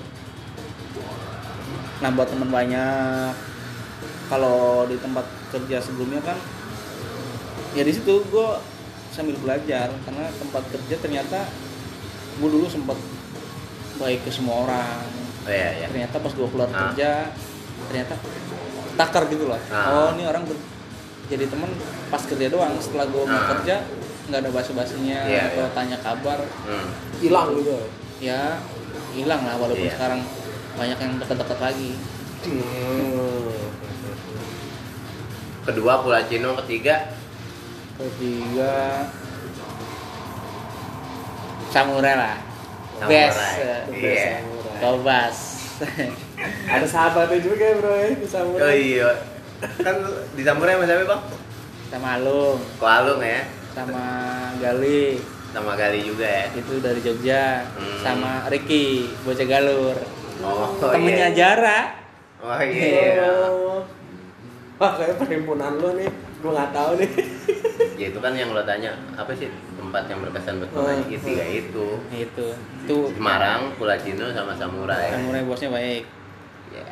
C: Nah buat teman banyak. Kalau di tempat kerja sebelumnya kan, ya di situ gue sambil belajar karena tempat kerja ternyata gue dulu sempat baik ke semua orang.
A: Oh iya iya.
C: Ternyata pas gue keluar
A: Ah.
C: kerja, ternyata takar gitu loh.
A: Ah.
C: Oh ini orang ber- jadi teman pas kerja doang. Setelah gue mau
A: Ah.
C: kerja nggak ada basa-basinya
A: Iya,
C: atau
A: iya.
C: tanya kabar.
A: Hmm.
B: Hilang gitu.
C: Ya hilang lah walaupun
A: Iya.
C: sekarang banyak yang deket-deket lagi.
B: Hmm.
A: Kedua Kulacino, ketiga
C: Ketiga Samurai lah.
A: Samurai.
C: Best.
A: Iya.
C: Kobas.
B: Ada sahabatnya juga bro ya di Samurai.
A: Oh iya. Kan di Samurai sama siapa bang?
C: Sama Alung,
A: Ko Alung ya.
C: sama Gali,
A: Sama Gali juga ya.
C: itu dari Jogja.
A: Hmm.
C: Sama Ricky, bocah galur.
A: Oh,
C: Temennya
A: iya.
C: Jara.
A: Oh iya.
B: Oh. Wah kayak perhimpunan lo nih, gue nggak tahu nih.
A: Ya itu kan yang lo tanya apa sih tempat yang berkesan buat
B: Oh,
A: Bang Aji? Tiga itu.
C: Itu. Itu
A: Semarang, Kulacino sama Samurai.
C: Samurai bosnya baik.
A: Ya.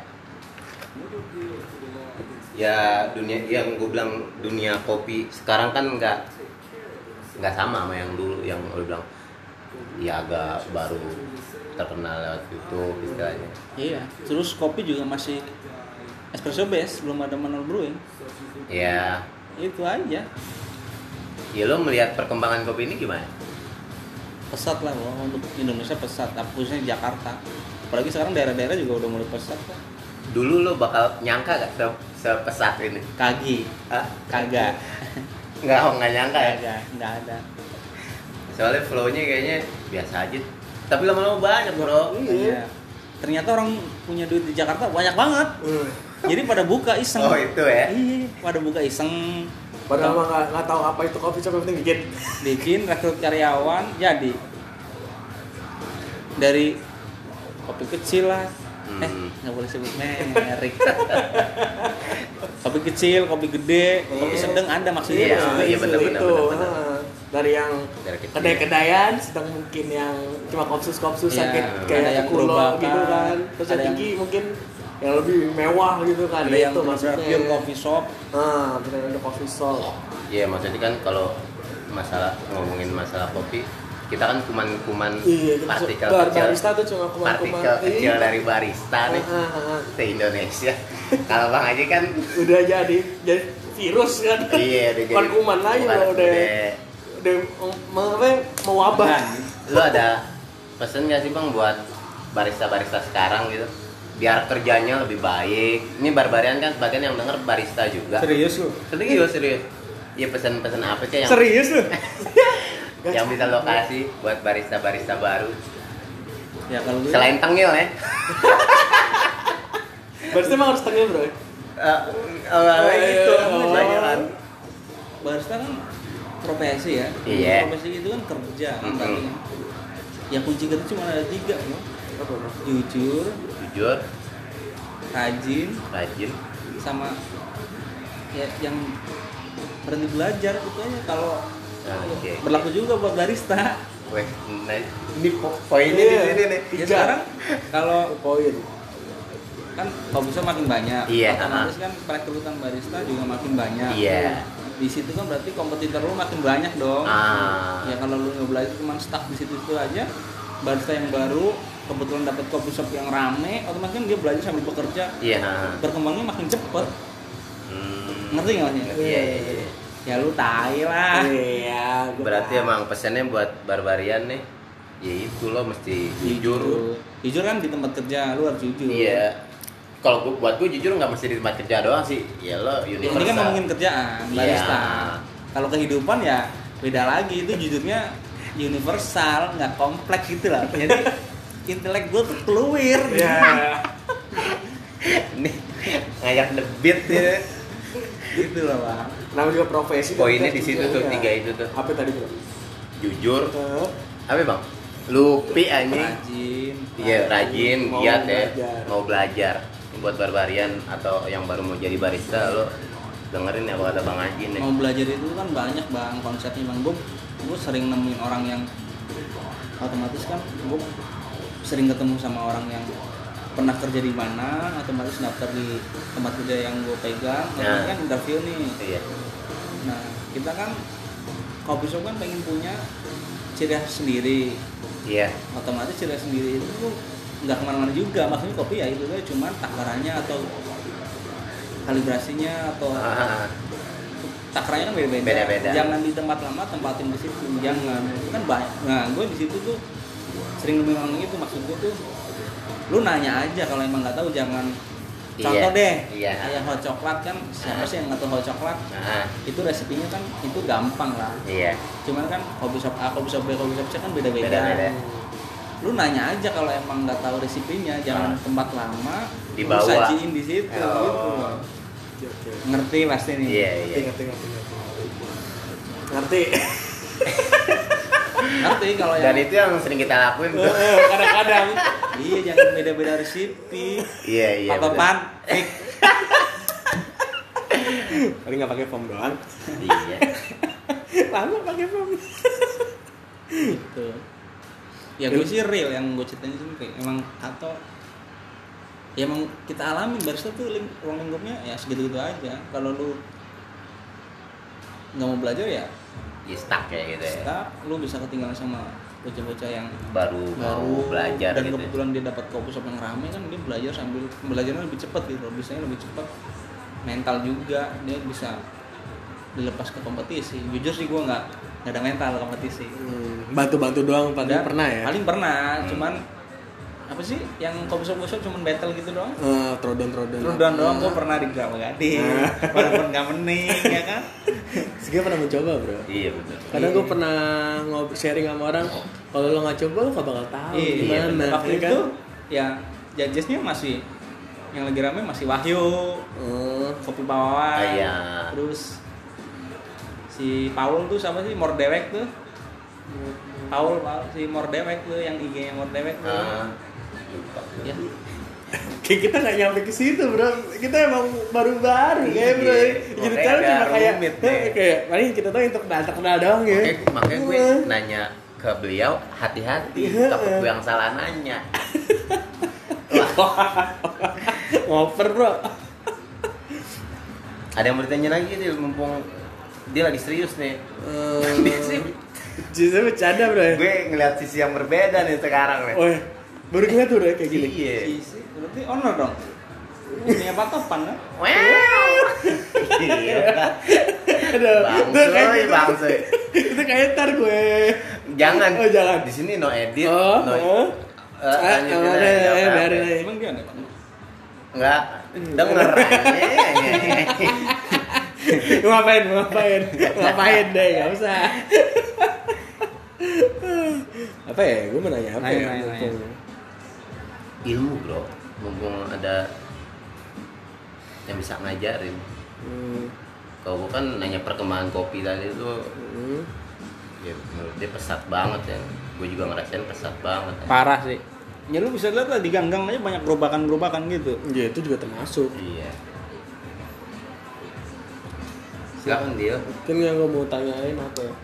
A: Ya dunia yang gue bilang dunia kopi sekarang kan nggak nggak sama sama yang dulu yang lo bilang ya agak baru terkenal lewat YouTube istilahnya.
C: Iya. Terus kopi juga masih espresso base, belum ada manual brewing.
A: Ya,
C: Itu aja.
A: ya lo melihat perkembangan kopi ini gimana?
C: Pesat lah loh untuk Indonesia pesat, khususnya di Jakarta. Apalagi sekarang daerah-daerah juga udah mulai pesat kok.
A: Dulu lo bakal nyangka gak se sepesat ini?
C: Kagi,
A: Hah?
C: kagak.
A: Nggak, oh, nggak nyangka ya?
C: Kagak, nggak ada.
A: Soalnya flow-nya kayaknya biasa aja. Tapi lama-lama banyak bro.
C: Iya. Ternyata orang punya duit di Jakarta banyak banget.
B: Hmm.
C: Jadi pada buka iseng.
A: Oh itu ya?
C: Iya, pada buka iseng.
B: Padahal mah nggak nggak tahu apa itu coffee shop, yang penting bikin.
C: Bikin rekrut karyawan jadi dari kopi kecil lah.
A: Hmm.
C: Eh, nggak boleh sebut merek. Kopi kecil, kopi gede, kopi sedang ada maksudnya.
A: Iya,
C: maksudnya
A: iya,
C: itu.
A: benar, benar,
B: Itu,
A: benar, benar.
B: ah. Dari yang
A: Dari kecil.
B: kedai-kedayan, sedang mungkin yang cuma kopsus-kopsusan
C: Iya,
B: kayak
C: ada
B: kayak
C: yang
B: kulo
C: gerobak
B: gitu kan. Terus
C: ada
B: yang
C: yang-
B: tinggi mungkin yang lebih mewah gitu kan.
C: Ada yang
B: itu
C: benar-benar
B: maksudnya.
C: pure coffee shop.
B: Ah, benar ada coffee shop.
A: Iya maksudnya kan kalau masalah ngomongin masalah kopi, kita kan kuman-kuman
B: Iya, kita
A: partikel
B: bar
A: kecil,
B: barista tuh cuma kuman-kuman.
A: partikel kecil
B: Iya.
A: dari barista nih
B: Ah, ah, ah.
A: se Indonesia. Kalau Bang Aji kan
B: Udah jadi jadi virus kan.
A: iya udah jadi
B: Bukan kuman lagi
A: bukan,
B: loh udah.
A: udah.
B: Udah mau apa ya, mewabah.
C: Kan?
A: Lu ada pesen nggak sih Bang buat barista-barista sekarang gitu? Biar kerjanya lebih baik. Ini Barbarian kan sebagian yang denger barista juga.
C: Serius lu?
A: Serius, serius. Iya pesan-pesan apa sih yang
B: Serius lu?
A: yang bisa lokasi buat barista-barista baru?
C: Ya kalau gue
A: Selain tengil ya.
B: Barista emang harus tengil bro.
A: Eh, oh, gitu.
B: Oh.
A: Banyak kan.
C: barista kan profesi ya.
A: Iya.
C: Profesi itu kan kerja.
A: Mm-mm.
C: Tadi. Yang kunci kerja cuma ada tiga loh.
B: Apa bro?
C: Jujur,
A: Jujur,
C: rajin,
A: rajin.
C: sama ya yang berhenti belajar itu aja. Kalau
A: Oke.
C: berlaku juga buat barista.
A: Weh, nah, ini po- poinnya di
B: Iya.
A: sini nih.
C: Ya
B: Tiga.
C: sekarang kalau
B: Poin.
C: kan coffee shop makin banyak,
A: Iya,
C: otomatis kan perekrutan barista juga makin banyak.
A: Iya.
C: Di situ kan berarti kompetitor lu makin banyak dong.
A: Ah.
C: Ya kalau lu nggak belajar cuma stuck di situ-situ aja, barista yang baru kebetulan dapat coffee shop yang rame, otomatis kan dia belajar sambil bekerja,
A: Iya.
C: berkembangnya makin cepet.
A: Hmm.
C: Ngerti nggak maksudnya?
A: Iya, iya, iya.
C: Ya lu tai lah.
B: Iya. gua
A: Berarti
B: tahu.
A: emang pesannya buat Barbarian nih Ya itu lo mesti jujur.
C: Jujur kan di tempat kerja lu harus jujur.
A: Iya. Kalau gua, buat gue jujur nggak mesti di tempat kerja doang sih. Ya lo universal.
C: Ini kan ngomongin kerjaan, barista.
A: Iya.
C: Kalau kehidupan ya beda lagi, itu jujurnya universal, nggak kompleks gitu lah. Jadi intelek gue tuh keluar.
B: Ya.
A: Ini ngajak debit ya.
C: Gitu loh bang.
B: Namanya juga profesi.
A: Poinnya
B: kan,
A: di situ tuh,
B: ya.
A: tiga itu tuh.
B: Apa tadi bro?
A: Jujur.
B: Eh,
A: Apa bang? Lupi anjing.
C: Rajin.
A: Iya rajin,
B: Mau
A: giat ya,
B: belajar.
A: mau belajar. Buat barbarian atau yang baru mau jadi barista lo dengerin ya kata Bang Haji nih.
C: Mau belajar itu kan banyak bang konsepnya bang. Gue gue sering nemuin orang yang otomatis kan gue sering ketemu sama orang yang pernah kerja di mana, otomatis daftar di tempat kerja yang gue pegang.
A: Nah.
C: Nah. Kan interview nih.
A: Iya.
C: Nah kita kan coffee shop kan pengen punya ciri khas sendiri.
A: Iya.
C: Otomatis ciri khas sendiri itu tuh nggak kemana-mana juga. Maksudnya kopi ya itu kan cuma takarannya atau kalibrasinya atau
A: Ah,
C: takarannya kan beda-beda.
A: Beda-beda.
C: Jangan di tempat lama tempatin di situ. Jangan. Itu kan banyak. Nah gue di situ tuh sering nemuin orang itu. Maksud gue tuh lu nanya aja kalau emang nggak tahu jangan. Contoh
A: Iya.
C: deh,
A: Iya.
C: kayak hot coklat kan siapa
A: Ah.
C: sih yang nggak tahu hot coklat?
A: Nah,
C: Itu resepinya kan itu gampang lah.
A: iya.
C: Cuman kan coffee shop A, coffee shop B, coffee shop C kan beda-beda.
A: Beda-beda.
C: Lu nanya aja kalau emang nggak tahu resepinya, jangan
A: Ah.
C: tempat lama
A: Dibawa.
C: lu sajiin di situ
A: Oh.
C: gitu.
B: Oke, oke.
C: Ngerti pasti nih.
A: Iya,
B: Ngerti,
A: iya.
B: ngerti, ngerti, ngerti. Ngerti.
C: Ngerti kalau yang
A: Dan itu yang sering kita lakuin tuh.
B: Eh, Kadang-kadang.
C: iya jangan beda-beda resepi.
A: Iya, iya. bener.
C: Patopan, pik.
B: Paling nggak pakai foam doang.
A: Iya.
B: Lama pakai foam.
C: Gitu. Ya gue sih real yang gue ceritain sini kayak emang atau ya emang kita alamin barista tuh ling, ruang lingkupnya ya segitu-gitu aja. Kalau lu nggak mau belajar ya
A: Ya stuck ya gitu ya.
C: stuck, lu bisa ketinggalan sama bocah-bocah yang
A: Baru mau
C: baru
A: belajar
C: dan
A: gitu.
C: kebetulan dia dapat coffee shop yang rame kan dia belajar sambil belajarnya lebih cepat gitu, bisanya lebih cepat, mental juga dia bisa dilepas ke kompetisi. Jujur sih gue nggak nggak ada mental kompetisi.
B: Hmm, bantu-bantu doang paling
C: Dan
B: pernah ya.
C: paling pernah,
A: Hmm.
C: cuman apa sih yang coffee shop coffee shop cuman battle gitu doang.
B: Eh, trodon-trodon.
C: Terus doang doang
B: Eh,
C: gue pernah di Grama Gading, walaupun nggak menang ya kan.
B: Sebenarnya pernah mencoba bro.
A: Iya betul.
B: Kadang gue pernah ngobrol sharing sama orang, kalau lo nggak coba lo nggak bakal tahu
C: Iya,
B: gimana.
C: waktu
B: ya kan?
C: itu ya judgesnya masih yang lagi rame masih Wahyu,
B: Oh,
C: Kopi Pawawan,
A: Ah, iya.
C: terus si Paul tuh sama sih Mordewek tuh, Paul, Paul si Mordewek tuh yang I G-nya Mordewek tuh.
A: Ah, lupa.
C: Ya,
B: kayak kita nggak nyampe ke situ bro. Kita emang baru-baru ya bro.
A: Iya,
B: Jadi
A: makanya
B: tahu
A: ada
B: cuma kayak
A: rumit
B: eh,
A: deh.
B: kayak paling kita tahu yang terkenal terkenal doang ya.
A: Makanya, makanya gue
B: Eh.
A: nanya ke beliau hati-hati,
B: Iya.
A: takut gue yang salah nanya.
B: Ngoper bro.
A: Ada yang bertanya lagi nih, mumpung dia lagi serius nih. Dia sih-
B: Justru bercanda bro.
A: gue ngeliat sisi yang berbeda nih sekarang nih.
B: Wah, baru ngeliat tuh udah kayak gini.
A: Iya.
C: si, berarti owner dong. Ini apa topan kan?
A: Wow. Iya.
B: Aduh, itu kayak
A: Bangsoy,
B: gitu.
A: bangsoy.
B: Itu kayak ntar gue.
A: Jangan.
B: Oh, jangan.
A: Di sini no edit,
B: Oh,
A: no.
B: oh.
A: Eh,
B: Ah,
A: lanjutin
B: ah,
A: aja,
B: eh,
A: nggak
B: eh,
A: apa-apa.
B: biarin aja.
C: Emang dia ada bang?
A: Enggak. Denger aja.
B: ngapain, ngapain, ngapain deh, nggak usah. Apa ya? Gue mau nanya apa
C: Nanya,
B: ya?
C: nanya,
B: mumpung.
C: nanya.
A: Ilmu, Bro. Mumpung ada yang bisa ngajarin.
B: Hmm.
A: Kalau gue kan nanya perkembangan kopi tadi itu,
B: Hmm.
A: ya menurut dia pesat banget ya. Gue juga ngerasain pesat banget. Ya.
C: Parah sih. Ya lu bisa lihat lah di gang-gang aja banyak gerobakan-gerobakan gitu.
B: Ya itu juga termasuk.
A: Iya. Silakan dia.
B: Mungkin yang gue mau tanyain apa ya?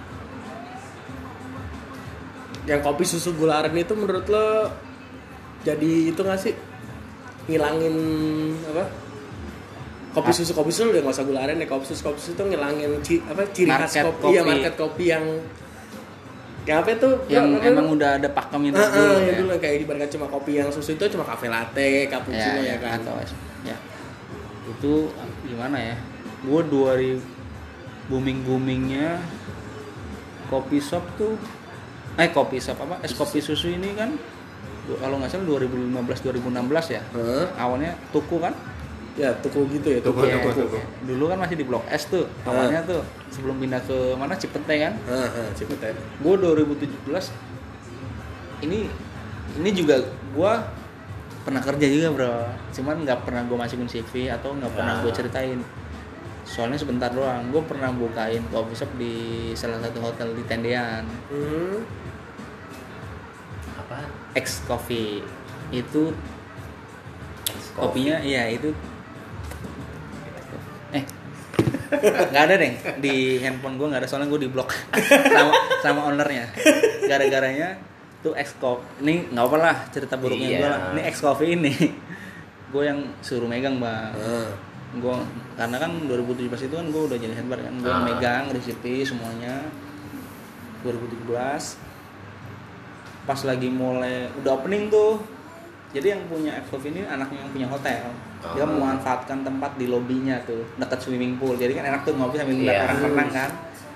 B: Yang kopi susu gula aren itu menurut lo jadi itu nggak sih ngilangin apa? Kopi susu kopi susu udah nggak usah gula aren ya, kopi susu kopi susu itu ngilangin ci, apa ciri khas
C: Market
B: kopi,
C: kopi.
B: ya market kopi yang kayak apa itu?
C: Yang
B: Apa
C: emang
B: itu?
C: udah ada pakemnya
B: Ah,
C: dulu.
B: ah,
C: ya.
B: yang dulu yang kayak ibaratkan cuma kopi yang susu itu cuma cafe latte, cappuccino ya, kan.
C: atau es- ya. Itu gimana ya? Gue dua ribu booming boomingnya kopi shop tuh Eh kopi shop apa? Es kopi susu ini kan du- kalau nggak salah dua ribu lima belas dua ribu enam belas ya.
B: Hah?
C: Awalnya tuku kan?
B: Ya tuku gitu ya.
A: Tuku,
C: Iya,
A: tuku, tuku.
C: Dulu kan masih di Blok S tuh. Awalnya tuh sebelum pindah ke mana Cipete kan.
B: Heeh, heeh, Cipete.
C: Gue dua ribu tujuh belas ini ini juga gue pernah kerja juga bro, cuman nggak pernah gue masukin C V atau nggak pernah
A: Ah.
C: gue ceritain, soalnya sebentar doang. Gue pernah bukain coffee shop di salah satu hotel di Tendean,
B: Hmm.
A: Apa?
C: X Coffee itu kopinya iya itu eh nggak ada deh di handphone gue, nggak ada soalnya gue di blok sama sama ownernya. Gara-garanya tuh X Coffee ini nggak apa lah cerita buruknya
A: Iya.
C: gue lah. Ini X Coffee ini gue yang suruh megang bang.
B: Ah.
C: Gue karena kan dua ribu tujuh belas itu kan gue udah jadi head bar kan, gue
A: Ah.
C: megang resipi semuanya. Dua ribu tujuh belas pas lagi mulai udah opening tuh, jadi yang punya X Coffee ini anaknya yang punya hotel. Dia
A: Oh.
C: memanfaatkan tempat di lobinya tuh dekat swimming pool, jadi kan enak tuh ngopi sambil ngeliat
A: Iya.
C: orang renang kan.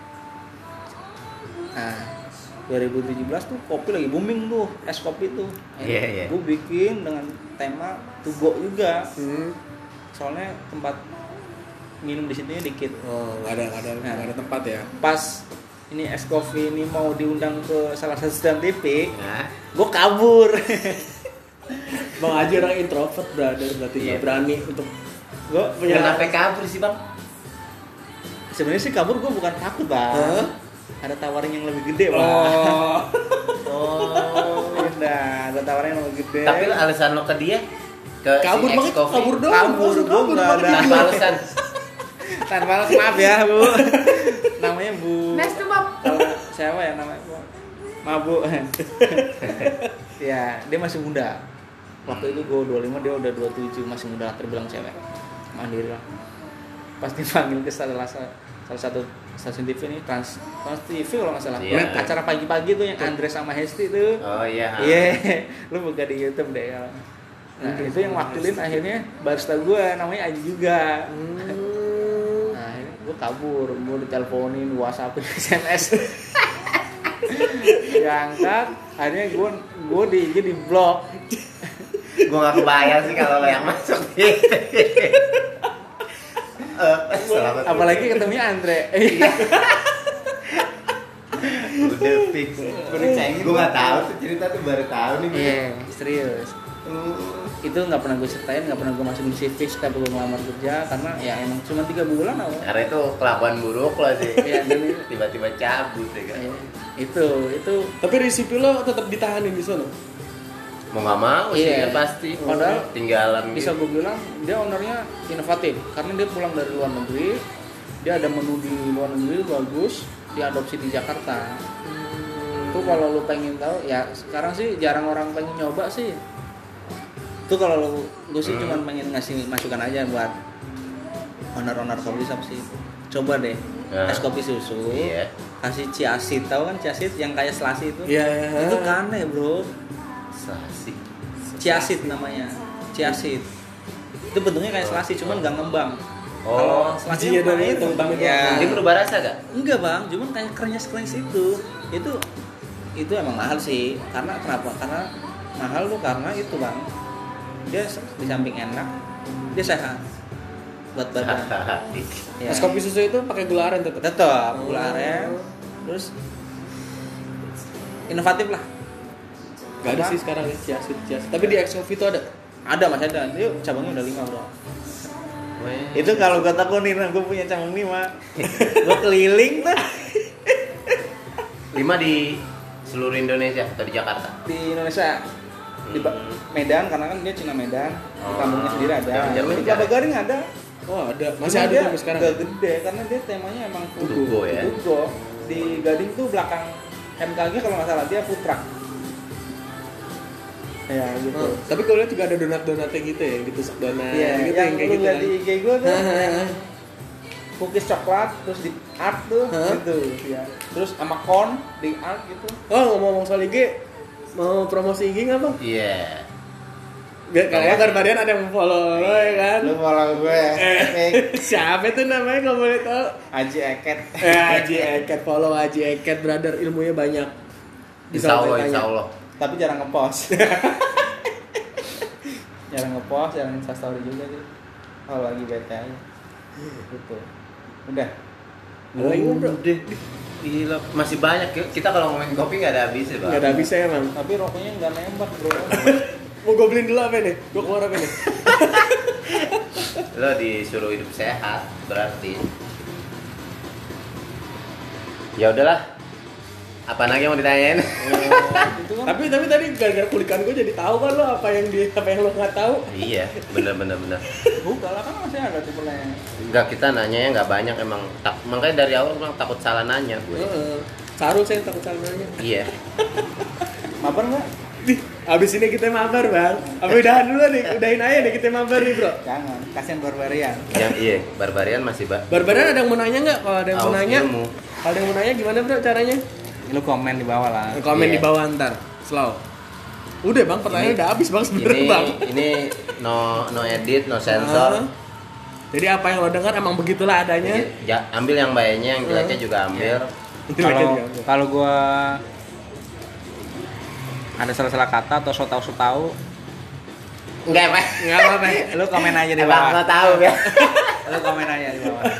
C: Nah dua ribu tujuh belas tuh kopi lagi booming tuh, es kopi tuh.
A: Iya, iya.
C: Gue bikin dengan tema to go juga,
B: Hmm.
C: soalnya tempat minum di sini dikit.
B: Oh, nggak ada nggak ada
C: Nah.
B: nggak ada tempat ya.
C: Pas ini es kopi ini mau diundang ke salah satu stasiun T V,
A: Nah,
C: gue kabur.
B: Bang Haji orang introvert brother, berarti nggak
A: Iya.
B: berani untuk
C: Gue punya
A: kenapa kabur sih bang?
C: sebenarnya sih kabur gue bukan takut bang.
B: Hah?
C: Ada tawaran yang lebih gede bang.
B: Oh.
A: Oh.
C: Nah, ada tawaran yang lebih gede.
A: Tapi alasan lo ke dia ke
B: Kabur
A: si
B: banget,
A: X-Coffee?
B: kabur doang.
C: Kabur,
B: langsung
C: gua
B: kabur,
C: nggak
B: banget.
C: ada.
A: Tanpa alasan.
C: Tanpa alasan, maaf ya bu. Namanya Bu.
A: Nice to meet.
C: Kalau siapa ya namanya bu? Mabu. Ya, dia masih muda. Waktu itu gue dua puluh lima, dia udah dua puluh tujuh, masih muda, terbilang cewek. Mandiri lah. Pas dipanggil ke salah, salah satu stasiun T V nih, Trans, Trans T V kalau nggak salah.
A: Iya.
C: Acara pagi-pagi tuh yang Andre sama Hesti tuh.
A: Oh iya.
C: Iya, lu buka di YouTube deh ya. Nah, itu yang wakilin akhirnya barista gue namanya Aji juga.
B: Hmm.
C: Nah, gue kabur, gue diteleponin, WhatsAppin, S M S. Diangkat, akhirnya gue gue di I G di blok.
A: Gue gak kebayang sih kalau lo yang masuk. Eh, selamat.
C: Apalagi ketemunya Andre.
A: Udah fix. Gue gak tahu tuh cerita tuh, baru tahu nih.
C: Iya, serius.
A: Hmm.
C: Itu nggak pernah gue ceritain, nggak pernah gue masukin C V setiap gue ngelamar kerja karena ya emang cuma tiga bulan awal.
A: Karena itu kelakuan buruk lo sih.
C: Iya, dan itu,
A: Tiba-tiba cabut ya kan.
C: iya, itu itu
B: Tapi resipi lo tetap ditahanin di sana.
A: Mau gak mau sih
C: Iya.
A: ya pasti.
C: Padahal
A: tinggalan
C: bisa
A: gitu.
C: gue bilang dia ownernya inovatif karena dia pulang dari luar negeri, dia ada menu di luar negeri bagus, diadopsi di Jakarta. Tuh kalau lu pengen tahu ya sekarang sih jarang orang pengen nyoba sih. Tuh kalau lu, lu sih
A: Hmm.
C: cuma pengen ngasih masukan aja buat owner-owner kopi shop sih. Coba deh
A: Nah.
C: es kopi susu,
A: Iya.
C: kasih ciasit, tahu kan ciasit yang kayak selasi itu?
B: Iya, iya.
C: Itu kane bro.
A: Sasi.
C: Ciasit namanya, ciasit. Itu bentuknya kayak selasi, cuman nggak ngembang.
A: Oh,
C: Kalau selasi
B: bijinya
C: yang
B: doang
C: main,
B: itu, ngembangnya
C: ya.
B: doang.
A: Dia berubah rasa gak?
C: Enggak bang, cuman kayak krenyes-krenyes itu. Itu itu emang mahal sih. Karena kenapa? Karena mahal tuh karena itu bang. Dia di samping enak, dia sehat buat badan. Ya.
B: Es kopi susu itu pakai gula aren tetap.
C: Tetap gula aren, terus inovatif lah.
B: Gak ada
C: Apa?
B: sih sekarang ya ciasit ciasit. Tapi di X Coffee itu ada.
C: Ada mas ada, itu cabangnya udah lima bro.
A: Weh.
C: Itu kalau gue takutin, gue punya cabang lima, gue keliling tuh
A: Lima di seluruh Indonesia atau di Jakarta?
C: di Indonesia, di Ba-
A: Hmm.
C: Medan karena kan dia Cina Medan, di
A: Oh,
C: kampungnya sendiri ada,
A: jauh-jauh
C: di
A: ya.
C: Kelapa Gading ada,
B: Oh, ada. Masih
C: Cuma
B: ada
C: dia
B: sampai sekarang.
C: nggak gede karena dia temanya emang food.
A: Tugo ya?
C: Tugo. Di Gading tuh belakang M K G kalau nggak salah dia food truck. Ya gitu.
B: Oh, tapi kalau lihat juga ada donat-donatnya gitu ya, yang ditusuk donat
C: Iya,
B: gitu
C: yang
B: kayak
C: lu
B: gitu
C: lihat
B: kan.
C: di I G gue tuh
B: Hahaha.
C: cookies coklat terus di art tuh
B: Hah?
C: gitu ya. Terus sama corn di art gitu.
B: Oh, ngomong-ngomong soal I G, mau promosi I G nggak bang?
A: Iya.
B: Gak, kalau kan tadian ada yang follow lo ya kan?
C: Lu follow gue.
B: Eh, siapa tuh namanya kalau boleh tahu?
C: Aji Eket.
B: Eh, Haji Eket, follow Haji Eket, brother, ilmunya banyak.
A: Insya Allah,
B: ditanya.
A: insya Allah.
C: Tapi jarang ngepost. Jarang ngepost, jarang instastory juga sih. Kalau lagi bete aja. Gitu. Udah.
B: Ada lagi nggak, bro?
A: Udah. Gila, masih banyak. Kita kalau ngomongin kopi nggak ada habisnya, Bang.
B: Nggak ada habisnya emang.
C: Tapi rokoknya nggak nembak, bro.
B: Mau gue beliin dulu apa nih? Gue keluar apa nih?
A: Lo disuruh hidup sehat, berarti. Ya udahlah. Apa lagi yang mau ditanyain?
C: Itu kan
B: tapi tapi tadi gara-gara kulikan gue jadi tahu kan lo apa yang di apa yang lo nggak tahu.
A: Iya, bener bener bener.
C: buka lah kan masih ada tuh pelenya.
A: Enggak, kita nanyanya nggak banyak emang. Tak, makanya dari awal memang takut salah nanya gue.
B: Heeh. Saru saya takut salah nanya.
A: Iya.
C: Mabar nggak?
B: Ih, abis ini kita mabar bang. Apa udahan dulu nih? Udahin aja nih kita mabar nih bro.
C: Jangan, kasihan barbarian.
A: Yang iya, barbarian masih ba.
B: Barbarian ada yang mau nanya nggak? Kalau ada yang mau
A: Aus
B: nanya,
A: ilmu.
B: kalau ada yang mau nanya gimana bro caranya?
C: Lu komen di bawah lah.
B: Komen
A: Iya.
B: di bawah ntar. Slow. Udah bang, pertanyaannya
A: Ini-
B: udah habis bang sebenarnya
A: Ini
B: bang.
A: ini no no edit, no sensor.
B: Ah. Jadi apa yang lo dengar emang begitulah adanya.
A: Ya, ambil yang baiknya, yang jeleknya juga ambil.
C: Kalau kalau gua ada salah-salah kata atau so tahu so tahu,
A: Enggak, Pak.
B: Nggak apa-apa.
C: lu komen aja di
A: Emang
C: bawah.
A: nggak tahu ya.
C: Lu komen aja di bawah.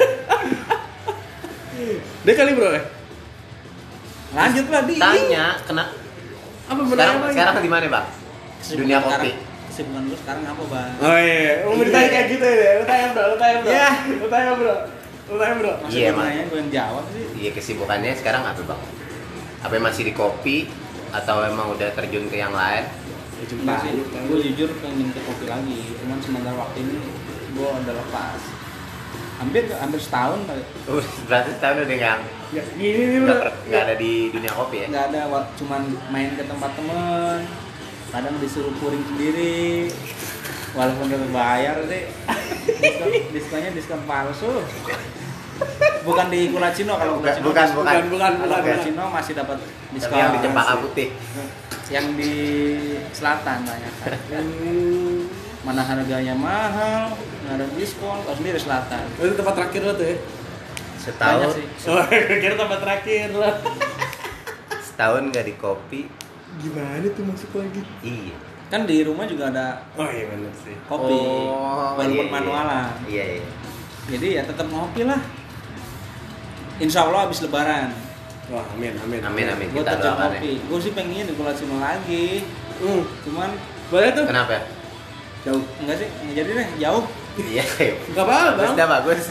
B: Deh kali bro ya.
C: Lanjut lah di.
A: Tanya, kena
B: Apa
A: sekarang
B: benar apa?
A: sekarang di mana, Bang? Dunia kopi.
C: Kesibukan lu sekarang apa, Bang?
B: Oh iya, mau ditanya kayak gitu ya. Lu tanya bro, lu tanya bro.
C: Iya.
B: Lu tanya bro. Lu tanya bro.
C: Masih
A: Iya,
C: gua
A: Mas.
C: nanya, gua yang jawab sih.
A: Iya, kesibukannya sekarang apa, Bang? Apa masih di kopi atau emang udah terjun ke yang lain?
C: Enggak sih, gue jujur pengen ke kopi lagi. Cuman sementara waktu ini gue udah lepas. Hampir hampir setahun kali.
A: Uh, berarti setahun udah nggak
B: Ya, gini nih bro.
A: nggak nggak ada di dunia kopi ya?
C: Nggak ada, wa- cuman main ke tempat temen. Kadang disuruh pouring sendiri. Walaupun udah bayar sih. Diskon, diskonnya diskon palsu. Bukan di Kulacino, kalau
A: Bukan,
C: Kulacino
A: bukan,
C: diskon-
B: bukan, bukan,
C: kalau
B: bukan.
C: Kulacino masih dapat
A: Tapi
C: diskon.
A: yang di Cempaka Putih.
C: Yang di selatan banyak.
B: Hmm.
C: Mana harganya mahal, nggak ada diskon, kalau sendiri selatan.
B: Itu tempat terakhir lo tuh ya?
A: Setahun,
C: Banyak sih.
B: Oh, kira tempat terakhir lo.
A: setahun nggak di kopi.
B: Gimana tuh masuk lagi?
A: Iya.
C: Kan di rumah juga ada
B: Oh iya benar sih.
C: kopi,
A: Oh,
C: walaupun
A: iya, iya.
C: manualan.
A: Iya, iya.
C: Jadi ya tetap ngopi lah. Insya Allah habis lebaran.
B: Wah amin amin.
A: Amin, amin.
C: Gue
A: Kita
C: tetap
A: doakan ya.
C: ngopi. Gue sih pengen di Kulacino lagi.
B: Hmm.
C: Cuman
B: Boleh tuh.
A: Kenapa ya?
B: Jauh.
C: enggak sih, nggak jadi deh, jauh.
A: Iya,
B: Enggak apa-apa bang.
A: sudah bagus.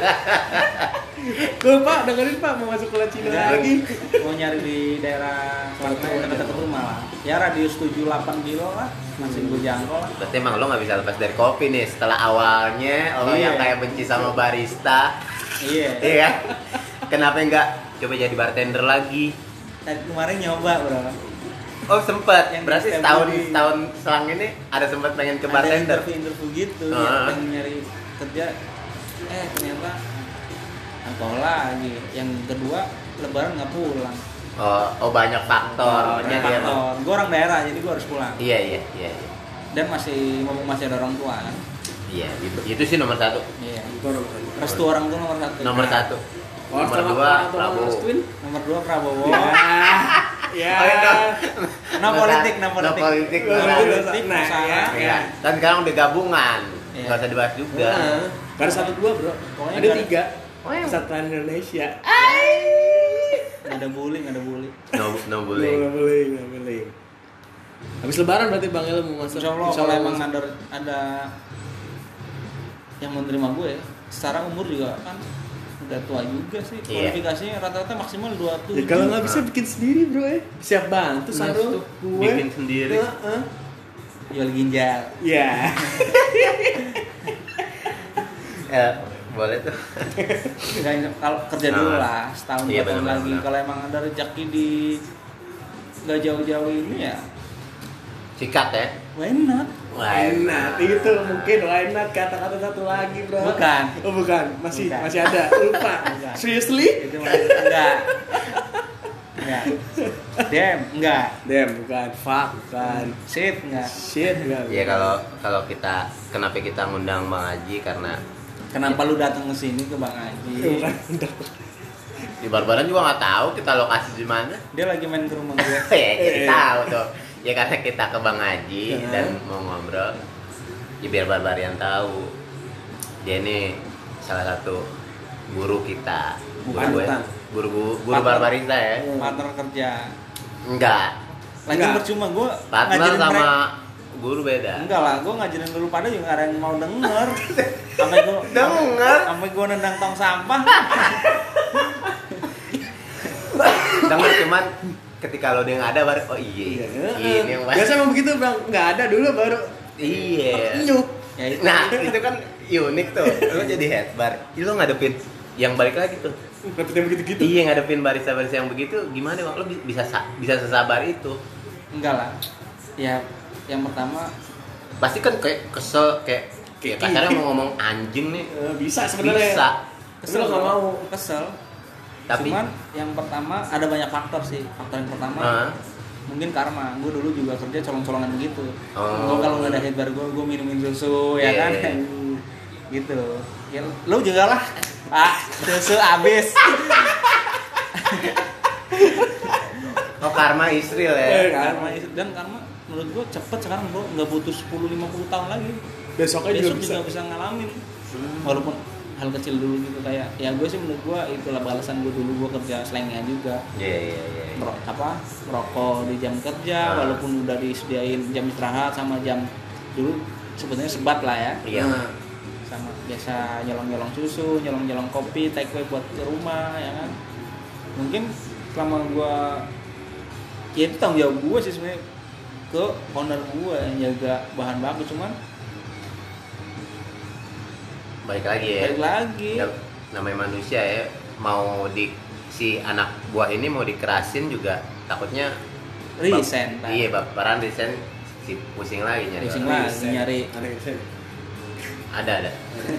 B: Gue pak dengerin pak mau masuk ke Cina
C: Enggak.
B: lagi.
C: Mau nyari di daerah selatan dekat-dekat rumah lah. Ya radius tujuh delapan kilo lah, masih gue jangkau lah.
A: Berarti emang lo nggak bisa lepas dari kopi nih. Setelah awalnya lo
C: Iya.
A: yang kayak benci sama barista,
C: Iya.
A: iya. Kenapa nggak coba jadi bartender lagi?
C: Tadi kemarin nyoba bro.
A: Oh sempet.
C: Yang
A: Berarti
C: di
A: setahun
C: Stembury.
A: setahun selang ini ada sempat pengen ke
C: Ada
A: bartender.
C: interview-interview gitu,
A: Ah.
C: ya, pengen nyari kerja. Eh ternyata alkohol lagi. Yang kedua lebaran nggak pulang.
A: Oh, oh banyak faktornya dia. Bang.
C: Gue orang daerah jadi gue harus pulang.
A: Iya iya iya. iya.
C: Dan masih ngomong masih ada orang tua kan.
A: Iya, itu, itu sih nomor satu.
C: Iya. Restu orang tua nomor satu.
A: Nomor
C: Nah,
A: satu.
B: Oh,
A: Nomor
B: setelah
A: dua
B: orang tua
A: Prabowo.
B: ngerestuin?
C: Nomor dua Prabowo.
B: Ya.
A: Oh, iya, dong.
C: No politik, no politik.
A: No politik.
C: No
B: Nah,
C: politik,
B: nah,
C: usaha.
B: ya.
A: Iya. Kan sekarang udah gabungan.
C: Iya.
A: Nggak usah dibahas juga.
B: Nah, gak ada satu dua bro.
C: Pokoknya
B: Ada
C: nggak ada-
B: tiga.
A: Oh, iya.
B: Kesatuan Indonesia.
C: Nggak ada bullying, nggak ada bully.
A: No, no
B: Nggak
A: boleh.
B: boleh, nggak boleh. Habis Lebaran berarti Bang El mau masuk.
C: Insya Allah
B: Insya
C: kalau
B: Allah
C: emang
B: masuk.
C: ada ada yang menerima gue, secara umur juga kan udah tua juga sih.
A: Iya.
C: Kualifikasinya rata-rata maksimal dua puluh tujuh.
B: Ya kalau nggak bisa bikin sendiri bro ya. Siap bantu
A: Nah,
B: Saru.
A: tuh,
B: Gue.
A: bikin sendiri.
B: Heeh.
C: jual ginjal.
B: Ya.
A: Ya, boleh tuh.
C: Nggak, kalau kerja dulu
A: Nah.
C: lah setahun
A: Iya,
C: dua tahun
A: benar-benar,
C: lagi.
A: benar.
C: Kalau emang ada rezeki di nggak jauh-jauh ini ya,
A: Sikat ya.
C: why not?
B: Why not? Itu mungkin why not kata-kata satu lagi bro.
C: Bukan.
B: Oh bukan. Masih
C: Bukan.
B: masih ada. Lupa.
C: Bukan.
B: Seriously?
C: Itu mah enggak. Enggak. Damn, enggak.
B: Damn bukan. Fuck bukan.
C: Shit, enggak.
B: Shit enggak.
A: Ya kalau kalau kita kenapa kita ngundang Bang Haji karena
C: Kenapa lu datang ke sini ke Bang Haji?
B: Bukan.
A: Di Barbaran juga nggak tahu kita lokasi di mana.
C: Dia lagi main ke rumah gue.
A: Ya jadi tahu tuh. Ya karena kita ke Bang Haji
B: Ya.
A: dan mau ngobrol. Ya biar Barbarian tahu. Dia ini salah satu guru kita. Guru gue.
B: Panutan.
A: Guru guru, guru
C: Partner.
A: Barbarista ya.
C: Partner kerja.
A: Enggak.
C: Lagi
B: Enggak.
C: percuma gue
A: Partner sama guru beda.
C: Enggak lah, gue ngajarin dulu pada juga gak ada yang mau denger. Sampai gue
A: Denger.
C: sampai gue nendang tong sampah.
A: Denger cuman ketika lo dia nggak ada baru oh iya. Ini yang
B: Biasa emang begitu bang, nggak ada dulu baru
A: Iya.
B: nyuk.
C: Ya itu.
A: Nah, itu kan unik tuh. Lo jadi headbar. Ih, lo ngadepin yang balik lagi tuh.
B: Ngerti yang begitu-gitu.
A: Iya, ngadepin barista-barista yang begitu gimana, Bang? Lo bi- bisa sa- bisa sesabar itu.
C: Enggak lah. Ya, yang pertama
A: Pasti kan kayak kesel kayak kayak kasarnya mau ngomong anjing nih.
B: Eh, bisa sebenarnya.
A: Bisa.
B: Kesel nggak mau.
C: kesel.
A: Tapi
C: Cuman yang pertama ada banyak faktor sih. Faktor yang pertama
A: Ah.
C: mungkin karma. Gue dulu juga kerja colong-colongan begitu.
A: Oh.
C: Gue kalau nggak ada headbar gue, gue minumin susu ya
A: Iya.
C: kan. Gitu. Ya, lo juga lah. Ah, susu habis.
A: oh karma Israel ya.
B: Eh,
C: Karma itu dan karma menurut gue cepet sekarang bro, nggak butuh sepuluh lima puluh tahun lagi.
B: Besoknya
C: Besok
B: juga bisa.
C: juga bisa ngalamin. Walaupun hal kecil dulu gitu kayak ya gue sih menurut gue itulah balasan gue dulu gue kerja selengean juga.
A: Iya, iya, iya.
C: Mer- apa merokok di jam kerja
A: Ah.
C: walaupun udah disediain jam istirahat sama jam dulu sebenarnya sebat lah ya.
A: Iya.
B: Nah,
C: Sama biasa nyolong-nyolong susu, nyolong-nyolong kopi, take away buat ke rumah ya kan. Mungkin selama gue ya itu tanggung jawab gue sih sebenarnya ke owner gue yang jaga bahan baku cuman
A: Balik lagi ya.
C: balik lagi
A: Ya, namanya manusia ya, mau di si anak buah ini mau dikerasin juga takutnya
C: resign
A: bap- iya baperan resign si pusing lagi nyari
C: Pusing
A: orang.
C: lagi nyari
B: ada yang saya.
A: ada ada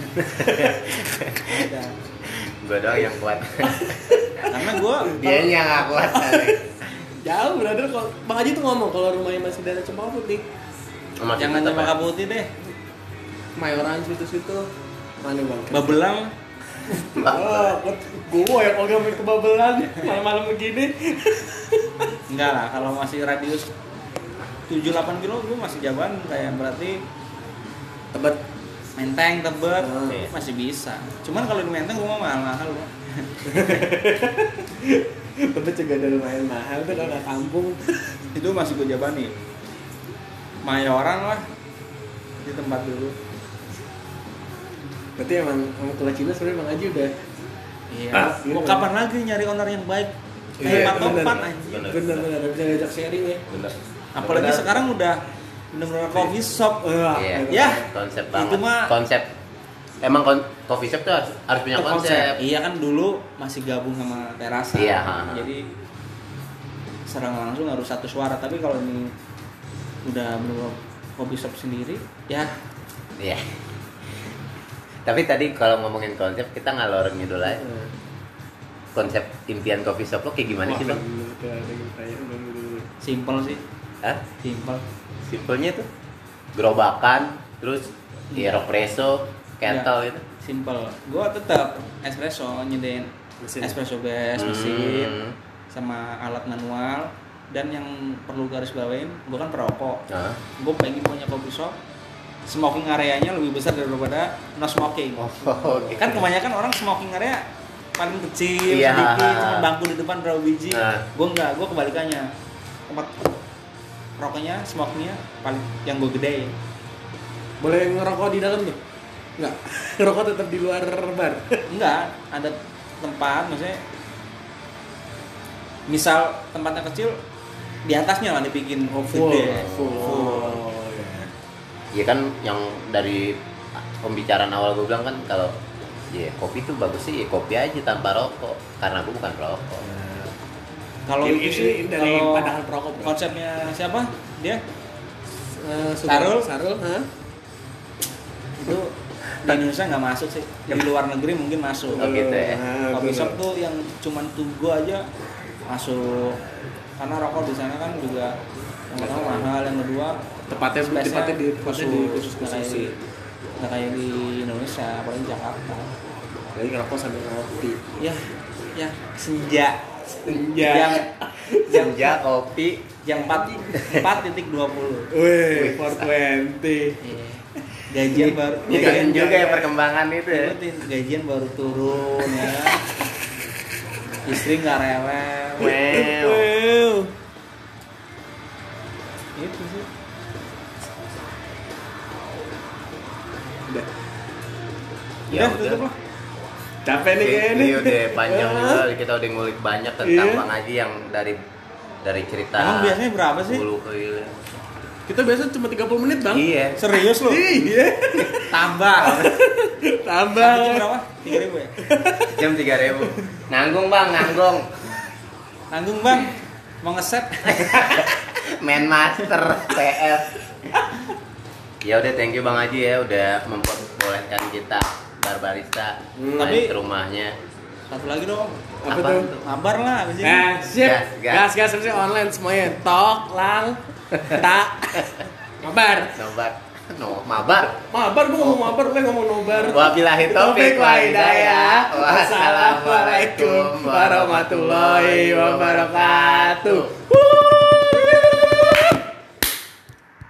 C: ada.
A: gue doang yang kuat
C: Karena gue
A: dia yang nggak kuat
B: Jauh brother, kalau Bang Haji tuh ngomong kalau rumahnya masih daerah Cempaka Putih,
A: Masih
C: jangan
A: tetap
C: Cempaka
A: ya?
C: Putih deh,
B: Mayoran situ-situ. Mana bang?
C: Babelang.
B: Oh, gue yang kalau main ke Babelan malam-malam begini.
C: Enggak lah, kalau masih radius tujuh delapan kilo gue masih jagoan kayak berarti
B: Tebet.
C: Menteng, Tebet
B: Hmm.
C: masih bisa. Cuman kalau di Menteng gue mah mahal-mahal loh.
B: Tebet juga ada lumayan mahal tuh kalau nggak kampung.
C: Itu masih gue jabani. Mayoran lah di tempat dulu.
B: Berarti emang emang kalau Cina sebenarnya Bang Haji udah.
C: Iya.
B: Ah,
C: Mau
B: gitu.
C: kapan lagi nyari owner yang baik?
B: Iya,
C: Kayak Pak
B: bener.
C: Topan anjing.
A: Bener.
B: Bener-bener bisa ngajak sharing ya.
A: bener
C: Apalagi
A: Bener.
C: sekarang udah bener-bener coffee shop.
B: Wah,
A: Iya.
B: bener.
C: Ya.
A: konsep
C: Itu
A: banget
C: mah-
A: konsep emang kon- coffee shop tuh harus, harus punya konsep
C: Iya kan dulu masih gabung sama Terasa.
A: Iya, ha, ha.
C: Jadi serang langsung harus satu suara. Tapi kalau ini udah bener coffee shop sendiri, ya
A: iya tapi tadi kalau ngomongin konsep kita ngalor ngidul aja
B: Nah.
A: konsep impian coffee shop lo kayak gimana sih
B: Wah,
A: bang?
B: bener, tuh ada yang tanya, belum dulu.
C: simple sih,
A: Hah?
C: simple.
A: Simpelnya tuh gerobakan terus
C: Iya.
A: aeropresso kettle
C: Iya.
A: gitu
C: Simple. Gua tetap espresso nyedain
B: Mesin.
C: espresso base mesin
A: Hmm.
C: sama alat manual. Dan yang perlu garis bawain, gua kan perokok.
A: Nah.
C: Gue pengen punya coffee shop smoking areanya lebih besar daripada no smoking.
A: Oh, gitu.
C: Kan kebanyakan orang smoking area paling kecil,
A: Iya.
C: sedikit, cuma bangku di depan berapa biji.
A: Nah.
C: Gue enggak, gue kebalikannya. Tempat rokoknya, smokingnya paling yang gue gede.
B: Boleh ngerokok di dalam tuh? Enggak. Ngerokok tetap di luar bar.
C: Enggak, ada tempat maksudnya misal tempatnya kecil di atasnya lah dibikin
B: full.
C: gede.
B: Full.
C: Full.
B: Oh, ya.
A: Iya kan yang dari pembicaraan awal gue bilang kan kalau ya kopi tuh bagus sih ya kopi aja tanpa rokok karena gue bukan perokok.
C: Kalau
B: Ini-
C: itu
B: ini-
C: sih
B: ini dari
C: kalau
B: pandangan perokok, bro.
C: konsepnya siapa? Dia
B: Eh,
C: Sarul?
B: Sarul, hah?
C: itu di Indonesia nggak masuk sih. Di luar negeri mungkin masuk.
A: Oh, gitu ya.
B: Nah,
C: Coffee
B: bener.
C: shop tuh yang cuman tugo aja masuk. Karena rokok di sana kan juga yang pertama mahal, yang kedua
B: Tepatnya
C: space-nya
B: tepatnya di tepatnya di
C: khusus,
B: khusus
C: nggak kayak
B: khusus.
C: di nggak kayak di Indonesia, apalagi Jakarta.
B: Lagi ngerokok sambil ngopi.
C: Ya, ya senja.
B: Senja.
C: Jam
A: Senja kopi.
C: jam empat empat titik dua puluh.
B: Wih, four twenty.
C: Gajian baru.
A: Ikutin
B: Iya,
A: juga
B: iya.
A: ya perkembangan itu ya.
C: Ikutin, gajian baru turun ya. Istri nggak rewel.
A: Wow.
B: Wow.
C: Itu sih.
B: Udah.
A: Ya
C: Udah, tutup
A: udah.
C: lah.
B: Capek nih kayaknya nih.
A: Ini udah panjang
B: Ah.
A: juga, kita udah ngulik banyak tentang
B: Iya.
A: Bang Haji yang dari dari cerita.
C: Emang biasanya berapa sih?
A: Hulu ke hilir.
B: Kita biasa cuma tiga puluh menit, Bang.
A: Iya.
C: Serius lu?
B: Iya.
C: Tambah.
B: Tambah.
C: Satu jam berapa? tiga ribu ya?
A: Jam tiga ribu. Nanggung Bang, nanggung.
C: Nanggung bang, mau nge-set.
A: Main master P F. Ya udah, thank you Bang Haji ya udah memperbolehkan kita Barbarista
B: Hmm.
A: main
C: Tapi-
A: ke rumahnya.
C: Satu lagi dong.
B: Apa
A: Apaan
B: tuh?
C: Kabar lah abis ini.
B: Nah, sip.
A: Gas,
B: Gas,
A: gas.
B: gas, gas, online semuanya. Tok, lang, tak, mabar.
A: Nobar. No, mabar.
B: Mabar, gua ngomong mabar, gue ngomong nobar.
A: Wabillahi taufik
B: Taufik
A: wa
B: wa
A: hidayah.
B: hidayah.
A: Wassalamualaikum warahmatullahi wabarakatuh.
B: Wuh.